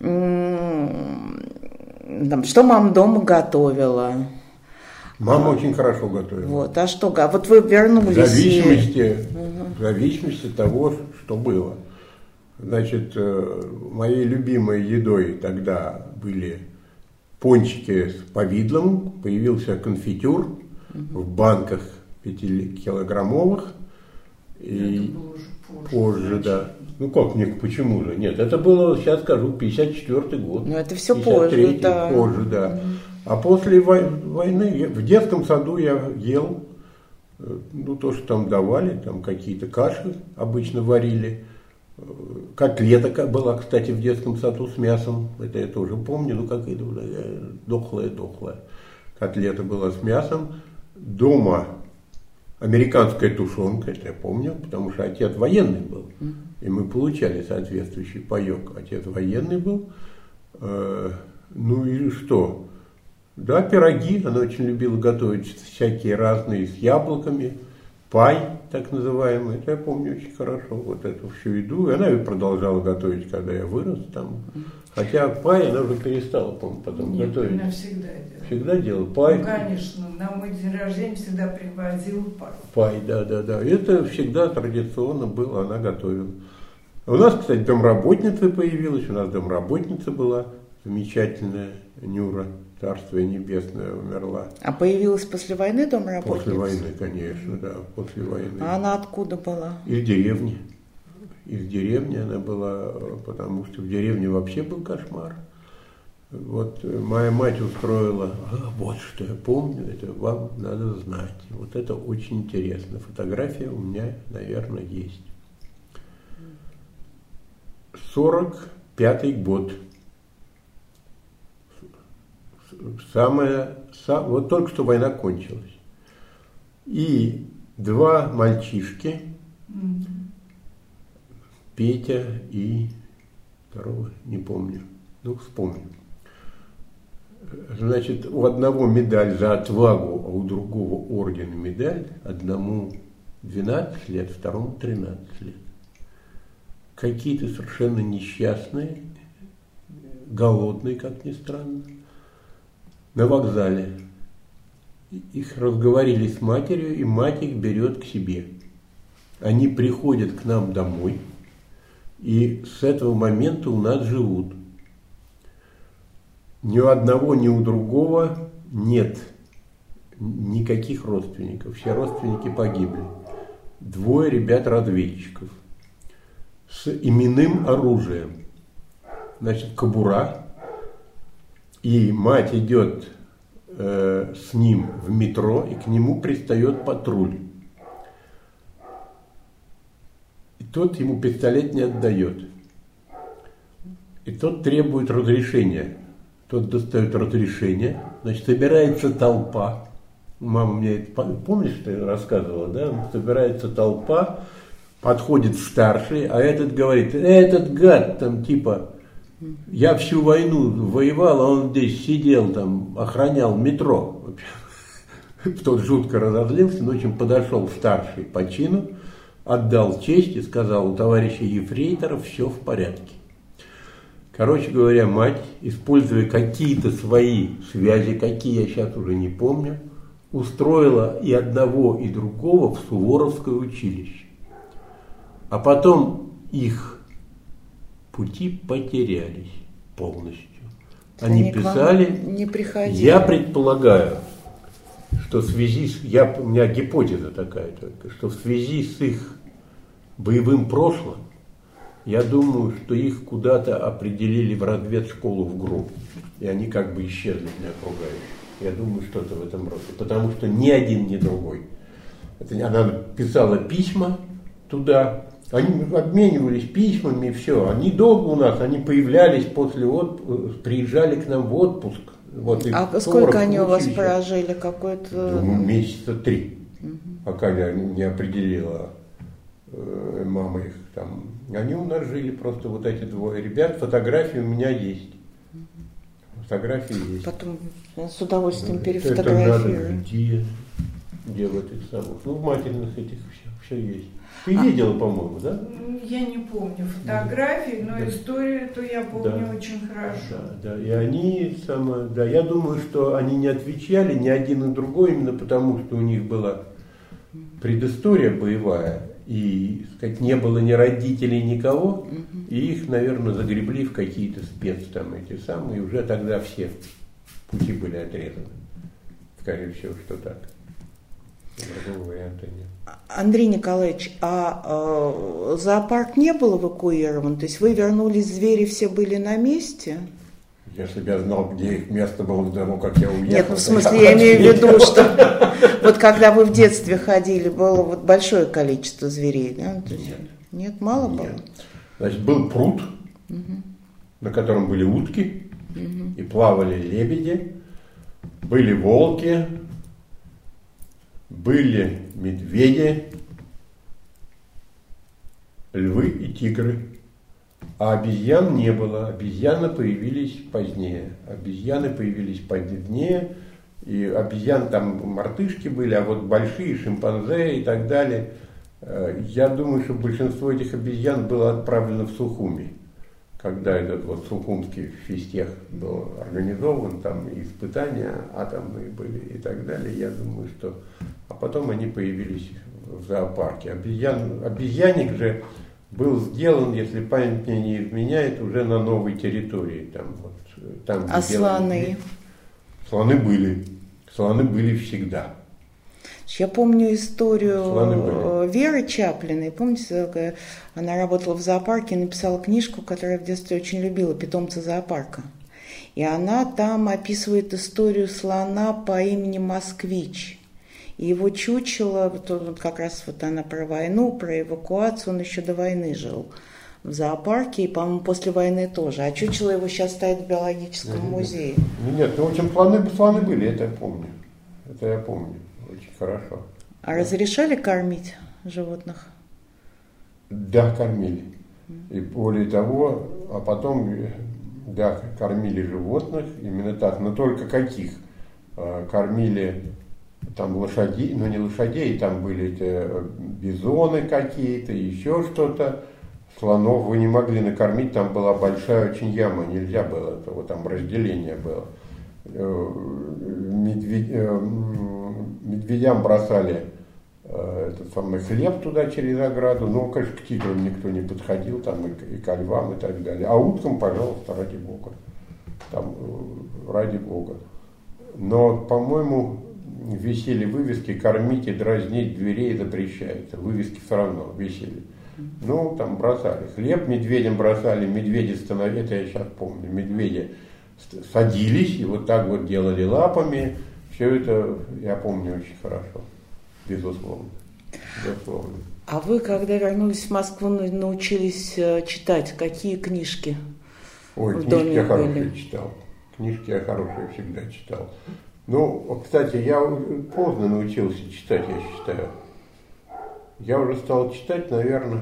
что мама дома готовила. Мама очень хорошо готовила. Вот, а что? Вот вы вернулись. В зависимости от того, что было. Значит, моей любимой едой тогда были пончики с повидлом, появился конфитюр в банках 5-килограммовых. И позже, да. Ну как, почему же? Нет, это было, сейчас скажу, 54-й год. Ну это все позже, да. Позже, да. А после войны в детском саду я ел, то, что там давали, там какие-то каши обычно варили. Котлета была, кстати, в детском саду с мясом. Это я тоже помню, какая-то дохлая. Котлета была с мясом. Дома американская тушенка, это я помню, потому что отец военный был. И мы получали соответствующий паек. Отец военный был. И что? Да, пироги. Она очень любила готовить всякие разные с яблоками. Пай, так называемый. Это я помню очень хорошо. Вот эту всю еду. И она ее продолжала готовить, когда я вырос там. Хотя пай она уже перестала, по-моему, потом готовить. Она всегда делала. Всегда делала пай. Ну, конечно. На мой день рождения всегда привозила пай. Пай, да. Это всегда традиционно было, она готовила. У нас, кстати, домработница появилась. У нас домработница была замечательная, Нюра. Царствие небесное, умерла. А появилась после войны домработница? После войны, конечно, да, после войны. А она откуда была? Из деревни. Из деревни она была, потому что в деревне вообще был кошмар. Вот моя мать устроила, вот что я помню, это вам надо знать. Вот это очень интересно. Фотография у меня, наверное, есть. 45-й год. Вот только что война кончилась. И два мальчишки, Петя и второго, не помню, вспомню. Значит, у одного медаль за отвагу, а у другого орден и медаль. Одному 12 лет, второму 13 лет. Какие-то совершенно несчастные, голодные, как ни странно. На вокзале. Их разговорили с матерью, и мать их берет к себе. Они приходят к нам домой, и с этого момента у нас живут. Ни у одного, ни у другого нет никаких родственников. Все родственники погибли. Двое ребят-разведчиков с именным оружием. Значит, кобура. И мать идет с ним в метро, и к нему пристает патруль. И тот ему пистолет не отдает. И тот требует разрешения. Тот достает разрешение. Значит, собирается толпа. Мама мне это, помнишь, ты рассказывала, да? Собирается толпа, подходит старший, а этот говорит, этот гад там типа... Я всю войну воевал, а он здесь сидел, там, охранял метро. Тот жутко разозлился, но очень подошел старший по чину, отдал честь и сказал, у товарища ефрейтора все в порядке. Короче говоря, мать, используя какие-то свои связи, какие я сейчас уже не помню, устроила и одного, и другого в Суворовское училище. А потом их пути потерялись полностью. Они писали, не приходили. Я предполагаю, что в связи с, у меня гипотеза такая только, что в связи с их боевым прошлым, я думаю, что их куда-то определили в разведшколу в ГРУ, и они как бы исчезли для окружающих. Я думаю, что-то в этом роде, потому что ни один, ни другой. Она писала письма туда, они обменивались письмами, и все. Они долго у нас, они появлялись после отпуска, приезжали к нам в отпуск. Вот, а сколько они у вас прожили? Какой-то... Месяца 3, пока я не определила мама их там. Они у нас жили просто, вот эти двое ребят. Фотографии у меня есть. Фотографии есть. Потом с удовольствием перефотографирую. делают из совов. Ну, в матерных этих все есть. Ты видела, по-моему, да? Я не помню фотографий, но да. Историю эту я помню очень хорошо. Да, и они, я думаю, что они не отвечали ни один и другой, именно потому, что у них была предыстория боевая, и, сказать, не было ни родителей, никого, и их, наверное, загребли в какие-то эти самые, и уже тогда все пути были отрезаны. Скорее всего, что так. Другого варианта нет. Андрей Николаевич, а зоопарк не был эвакуирован? То есть вы вернулись, звери все были на месте? Если бы я знал, где их место было до того, как я уехал. Нет, ну в смысле, я имею в виду, что вот когда вы в детстве ходили, было вот большое количество зверей, да? Нет, мало было? Значит, был пруд, на котором были утки, и плавали лебеди, были волки, были медведи, львы и тигры. А обезьян не было. Обезьяны появились позднее. И обезьян там мартышки были, а вот большие шимпанзе и так далее. Я думаю, что большинство этих обезьян было отправлено в Сухуми. Когда этот вот Сухумский физтех был организован, там и испытания атомные были и так далее, я думаю, что... А потом они появились в зоопарке. Обезьянник же был сделан, если память мне не изменяет, уже на новой территории. Там, а слоны? Слоны были всегда. Я помню историю Веры Чаплиной. Помните, она работала в зоопарке и написала книжку, которую я в детстве очень любила, «Питомцы зоопарка». И она там описывает историю слона по имени Москвич. И его чучело, вот как раз вот она про войну, про эвакуацию, он еще до войны жил в зоопарке, и, по-моему, после войны тоже. А чучело его сейчас стоит в биологическом музее. Нет, в общем, слоны были, это я помню. Очень хорошо. А разрешали кормить животных? Да, кормили. И более того, а потом, да, кормили животных, именно так, но только каких? Кормили там лошадей, но не лошадей, там были эти бизоны какие-то, еще что-то. Слонов вы не могли накормить, там была большая очень яма, нельзя было, там разделение было. Медведям бросали этот самый хлеб туда через ограду, но, конечно, к тиграм никто не подходил, там и к львам и так далее. А уткам, пожалуйста, ради Бога. Ради Бога. Но, по-моему, висели вывески: кормить и дразнить зверей запрещается. Вывески все равно висели. Ну, там бросали хлеб, медведям бросали, медведи становились, это я сейчас помню, медведи садились и вот так вот делали лапами. Все это я помню очень хорошо, безусловно. А вы, когда вернулись в Москву, научились читать? Какие книжки? Ой, книжки я хорошие читал. Книжки я хорошие всегда читал. Ну, кстати, я поздно научился читать, я считаю. Я уже стал читать, наверное,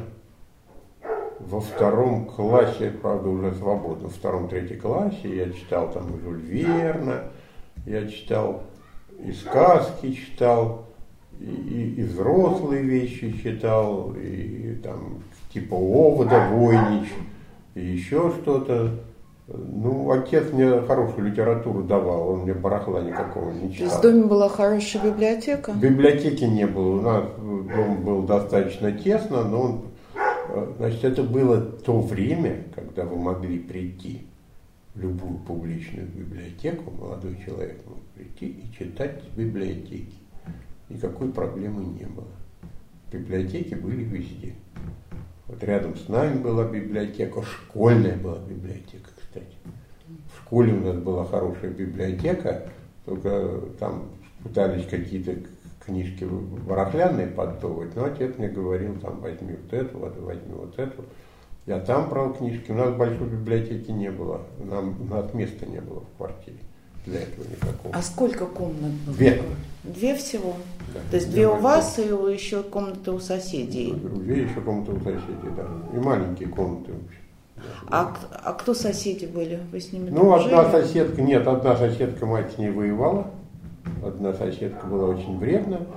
во 2 классе, правда, уже свободно, в 2-3 классе. Я читал там и Жюль Верна, я читал и сказки читал, и взрослые вещи читал, и там типа Овода, Войнич, и еще что-то. Ну, отец мне хорошую литературу давал, он мне барахла никакого не читал. То есть в доме была хорошая библиотека? Библиотеки не было, у нас дом был достаточно тесно, но значит, это было то время, когда вы могли прийти в любую публичную библиотеку, молодой человек мог прийти и читать в библиотеке. Никакой проблемы не было. Библиотеки были везде. Вот рядом с нами была библиотека, школьная была библиотека, кстати. В школе у нас была хорошая библиотека, только там пытались какие-то книжки барахлянные подсовывать, но отец мне говорил, там возьми вот эту, возьми вот эту. Я там брал книжки, у нас большой библиотеки не было, у нас места не было в квартире для этого никакого. А сколько комнат было? 2. 2 всего? Да, то есть 2 у вас и еще комната у соседей? 2 еще комнаты у соседей, да. И маленькие комнаты вообще. А кто соседи были? Вы с ними дружили? Одна соседка, мать с ней воевала. Одна соседка была очень вредна.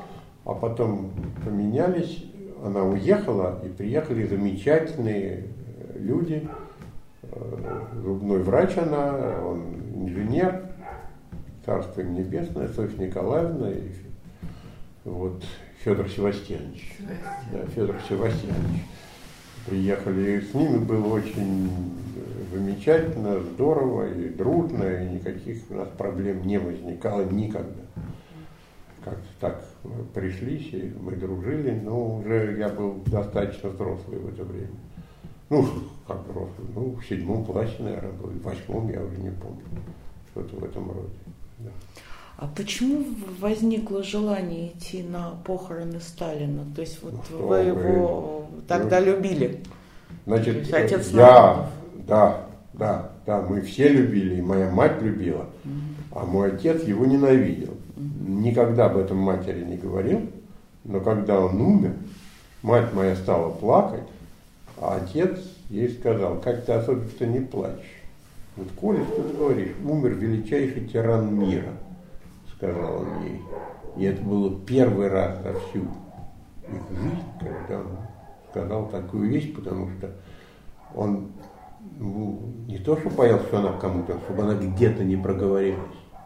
А потом поменялись, она уехала, и приехали замечательные люди. Зубной врач она, он инженер, царство им небесное, Софья Николаевна и вот Федор Севастьянович. Да, Федор Севастьянович. Приехали, и с ними было очень замечательно, здорово и дружно, и никаких у нас проблем не возникало никогда. Как-то так мы пришлись, и мы дружили, но уже я был достаточно взрослый в это время. Ну, как взрослый, в 7 классе, наверное, был, в 8 я уже не помню, что-то в этом роде. Да. А почему возникло желание идти на похороны Сталина? То есть вот вы его тогда любили? Значит, отец да, мы все любили, и моя мать любила, а мой отец его ненавидел. Никогда об этом матери не говорил, но когда он умер, мать моя стала плакать, а отец ей сказал: как ты особенно не плачешь? Вот, Коля, что ты говоришь, умер величайший тиран мира, сказал он ей. И это было первый раз за всю их жизнь, когда он сказал такую вещь, потому что он не то, что боялся, что она кому-то, чтобы она где-то не проговорилась.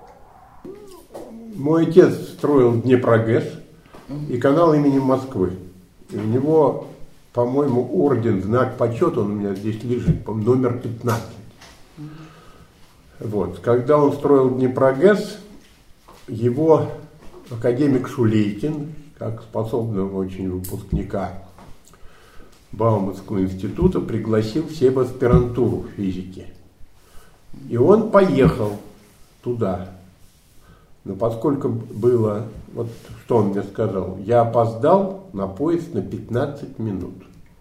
Мой отец строил Днепрогэс и канал имени Москвы. И у него, по-моему, орден, знак почета, он у меня здесь лежит, номер 15. Вот. Когда он строил Днепрогэс, его академик Шулейкин, как способного очень выпускника Бауманского института, пригласил всех в аспирантуру физики. И он поехал туда. Но поскольку было, вот что он мне сказал, я опоздал на поезд на 15 минут.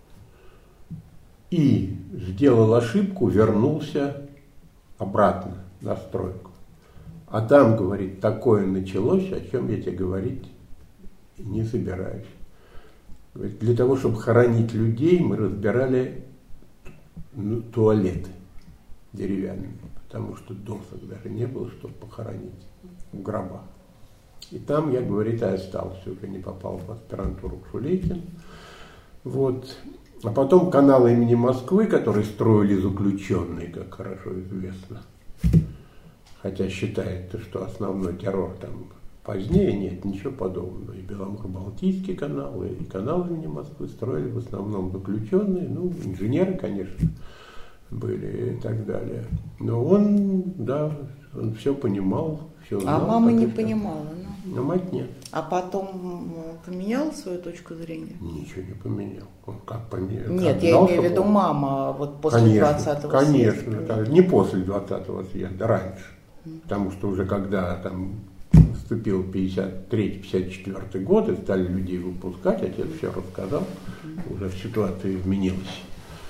И сделал ошибку, вернулся обратно на стройку. А там, говорит, такое началось, о чем я тебе говорить не собираюсь. Говорит, для того, чтобы хоронить людей, мы разбирали туалеты деревянные, потому что досок даже не было, чтобы похоронить в гробах. И там я, говорит, и остался, уже не попал в аспирантуру к Шулейкину. Вот. А потом канал имени Москвы, который строили заключенные, как хорошо известно. Хотя считается, что основной террор там позднее, нет, ничего подобного. И Беломор-Балтийский канал, и канал имени Москвы строили в основном заключенные, инженеры, конечно, были и так далее. Но он, да, он все понимал, все знал. А мама не понимала, но мать нет. А потом поменял свою точку зрения? Ничего не поменял. Он как поменял? Нет, я имею в виду мама вот после 20-го съезда. Конечно, не после 20-го съезда, раньше. Потому что уже когда там вступил 53-54 год и стали людей выпускать, отец все рассказал, уже ситуация изменилась.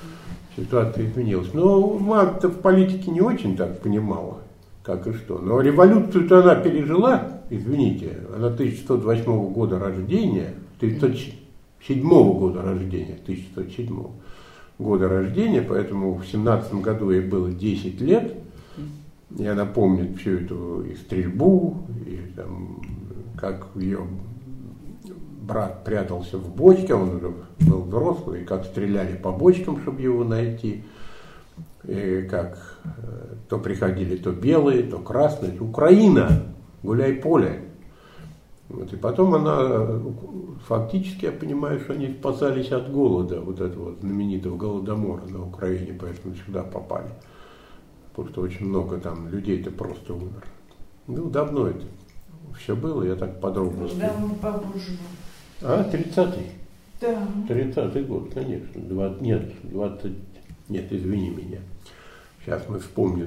Но мама-то в политике не очень так понимала, как и что. Но революцию-то она пережила, извините, она 1908 года рождения, 1907 года рождения, 1907 года рождения, поэтому в 17 году ей было 10 лет. И она помнит всю эту и стрельбу, и там, как ее брат прятался в бочке, он уже был взрослый, и как стреляли по бочкам, чтобы его найти, и как то приходили то белые, то красные. Украина, гуляй поле. Вот, и потом она, фактически, я понимаю, что они спасались от голода, вот этого знаменитого голодомора на Украине, поэтому сюда попали. Потому что очень много там людей-то просто умерло. Давно это все было, я так подробно. Давно побольше было. 30-й? Да. 30-й год, конечно. 20, извини меня. Сейчас мы вспомним.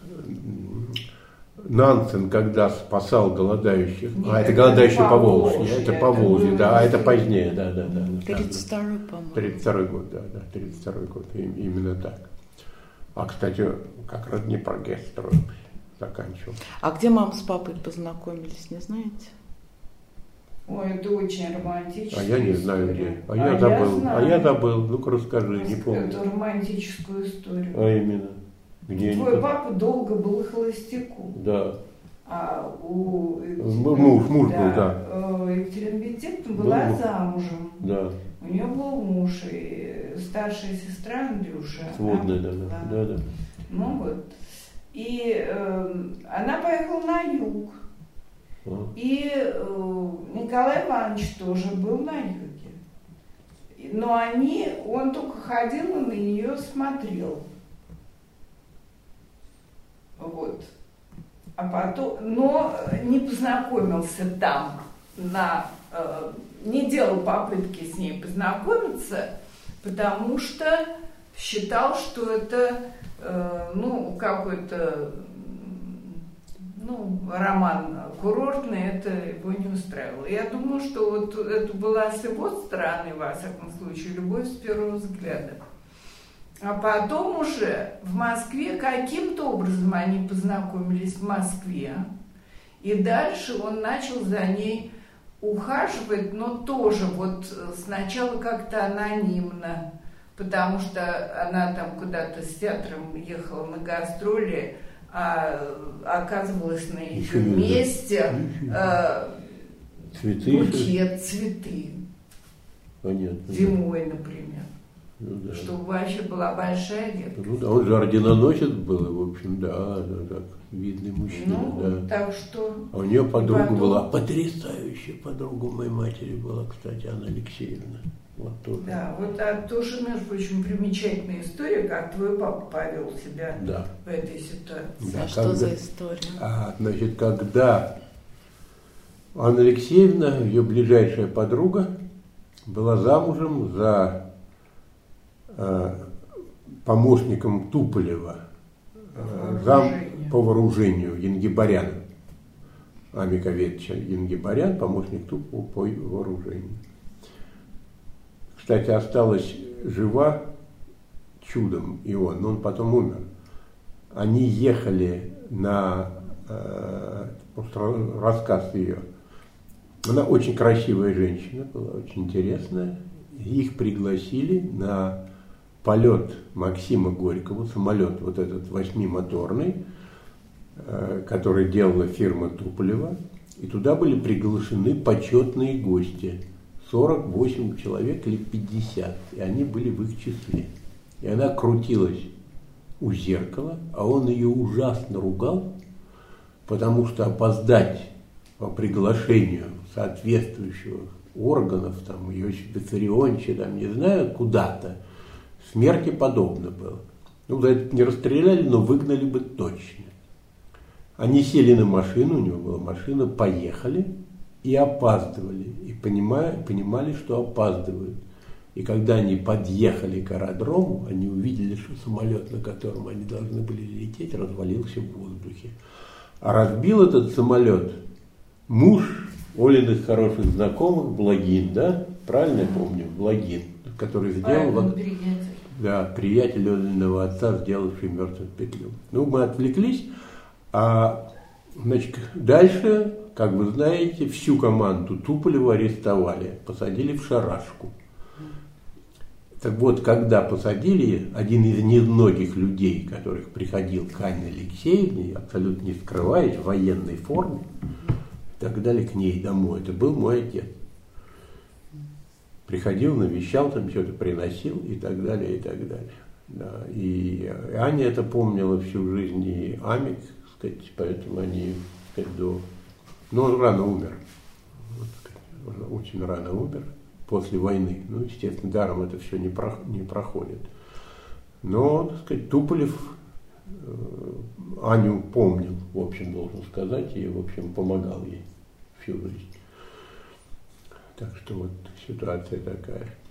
Нансен, когда спасал голодающих. Нет, это голодающие по Волжье. Это по Волжье, да. А это позднее, да. 32-й, по-моему. 32-й год, да, 32-й год. Именно так. А, кстати, как раз Днепрогэс строил, заканчивал. А где мама с папой познакомились, не знаете? Ой, это очень романтично. А я не знаю где. Я забыл. Ну-ка расскажи, не помню. Эту романтическую историю. А именно? Где Твой папа долго был холостяком. Да. А у муж был, да. Екатерина Бенедиктовна была замужем. Да. У нее был муж и старшая сестра Андрюша. Сводная, да. Ну вот. И она поехала на юг. И Николай Иванович тоже был на юге. Но он только ходил и на нее смотрел. Вот. А потом, но не познакомился там, не делал попытки с ней познакомиться, потому что считал, что это какой-то роман курортный, это его не устраивало. Я думаю, что вот это была с его стороны, во всяком случае, любовь с первого взгляда. А потом уже в Москве каким-то образом они познакомились в Москве. И дальше он начал за ней ухаживать, но тоже вот сначала как-то анонимно, потому что она там куда-то с театром ехала на гастроли, а оказывалось на ее месте букет, цветы. Понятно. Зимой, например. Ну, да. Чтобы вообще была большая редкость. Ну да, он же орденоносец был, в общем, да, так, видный мужчина, да. Так что... А у нее подруга была, потрясающая подруга моей матери была, кстати, Анна Алексеевна. Вот тоже. Да, вот тоже, между прочим, примечательная история, как твой папа повел себя в этой ситуации. Да, что за история? Значит, когда Анна Алексеевна, ее ближайшая подруга, была замужем за помощником Туполева, зам по вооружению Янгибарян, Амиковедовича Янгибарян, помощник Туполева по вооружению. Кстати, осталась жива чудом и но он потом умер. Они ехали на рассказ ее. Она очень красивая женщина, была очень интересная. Их пригласили на полет Максима Горького, самолет вот этот 8-моторный, который делала фирма Туполева. И туда были приглашены почетные гости. 48 человек или 50. И они были в их числе. И она крутилась у зеркала, а он ее ужасно ругал, потому что опоздать по приглашению соответствующего органов, там, Иосифа Виссарионовича, там, не знаю, куда-то, смерти подобно было. Ну, за это не расстреляли, но выгнали бы точно. Они сели на машину, у него была машина, поехали и опаздывали. И понимали, что опаздывают. И когда они подъехали к аэродрому, они увидели, что самолет, на котором они должны были лететь, развалился в воздухе. А разбил этот самолет муж Олиных хороших знакомых, Благин, да? Правильно я помню? Благин, который сделал... приятель Олиного отца, сделавший мертвую петлю. Ну, мы отвлеклись, значит, дальше, как вы знаете, всю команду Туполева арестовали, посадили в шарашку. Так вот, когда посадили, один из немногих людей, которых приходил к Анне Алексеевне, абсолютно не скрываясь, в военной форме, и так далее, к ней домой, это был мой отец. Приходил, навещал, там что-то приносил и так далее, и так далее. Да. И Аня это помнила всю жизнь, и Амик, так сказать, поэтому они, так сказать, он рано умер. Вот, очень рано умер. После войны. Ну, естественно, даром это все не проходит. Но, так сказать, Туполев Аню помнил, в общем, должен сказать, и, в общем, помогал ей всю жизнь. Так что вот ситуация такая.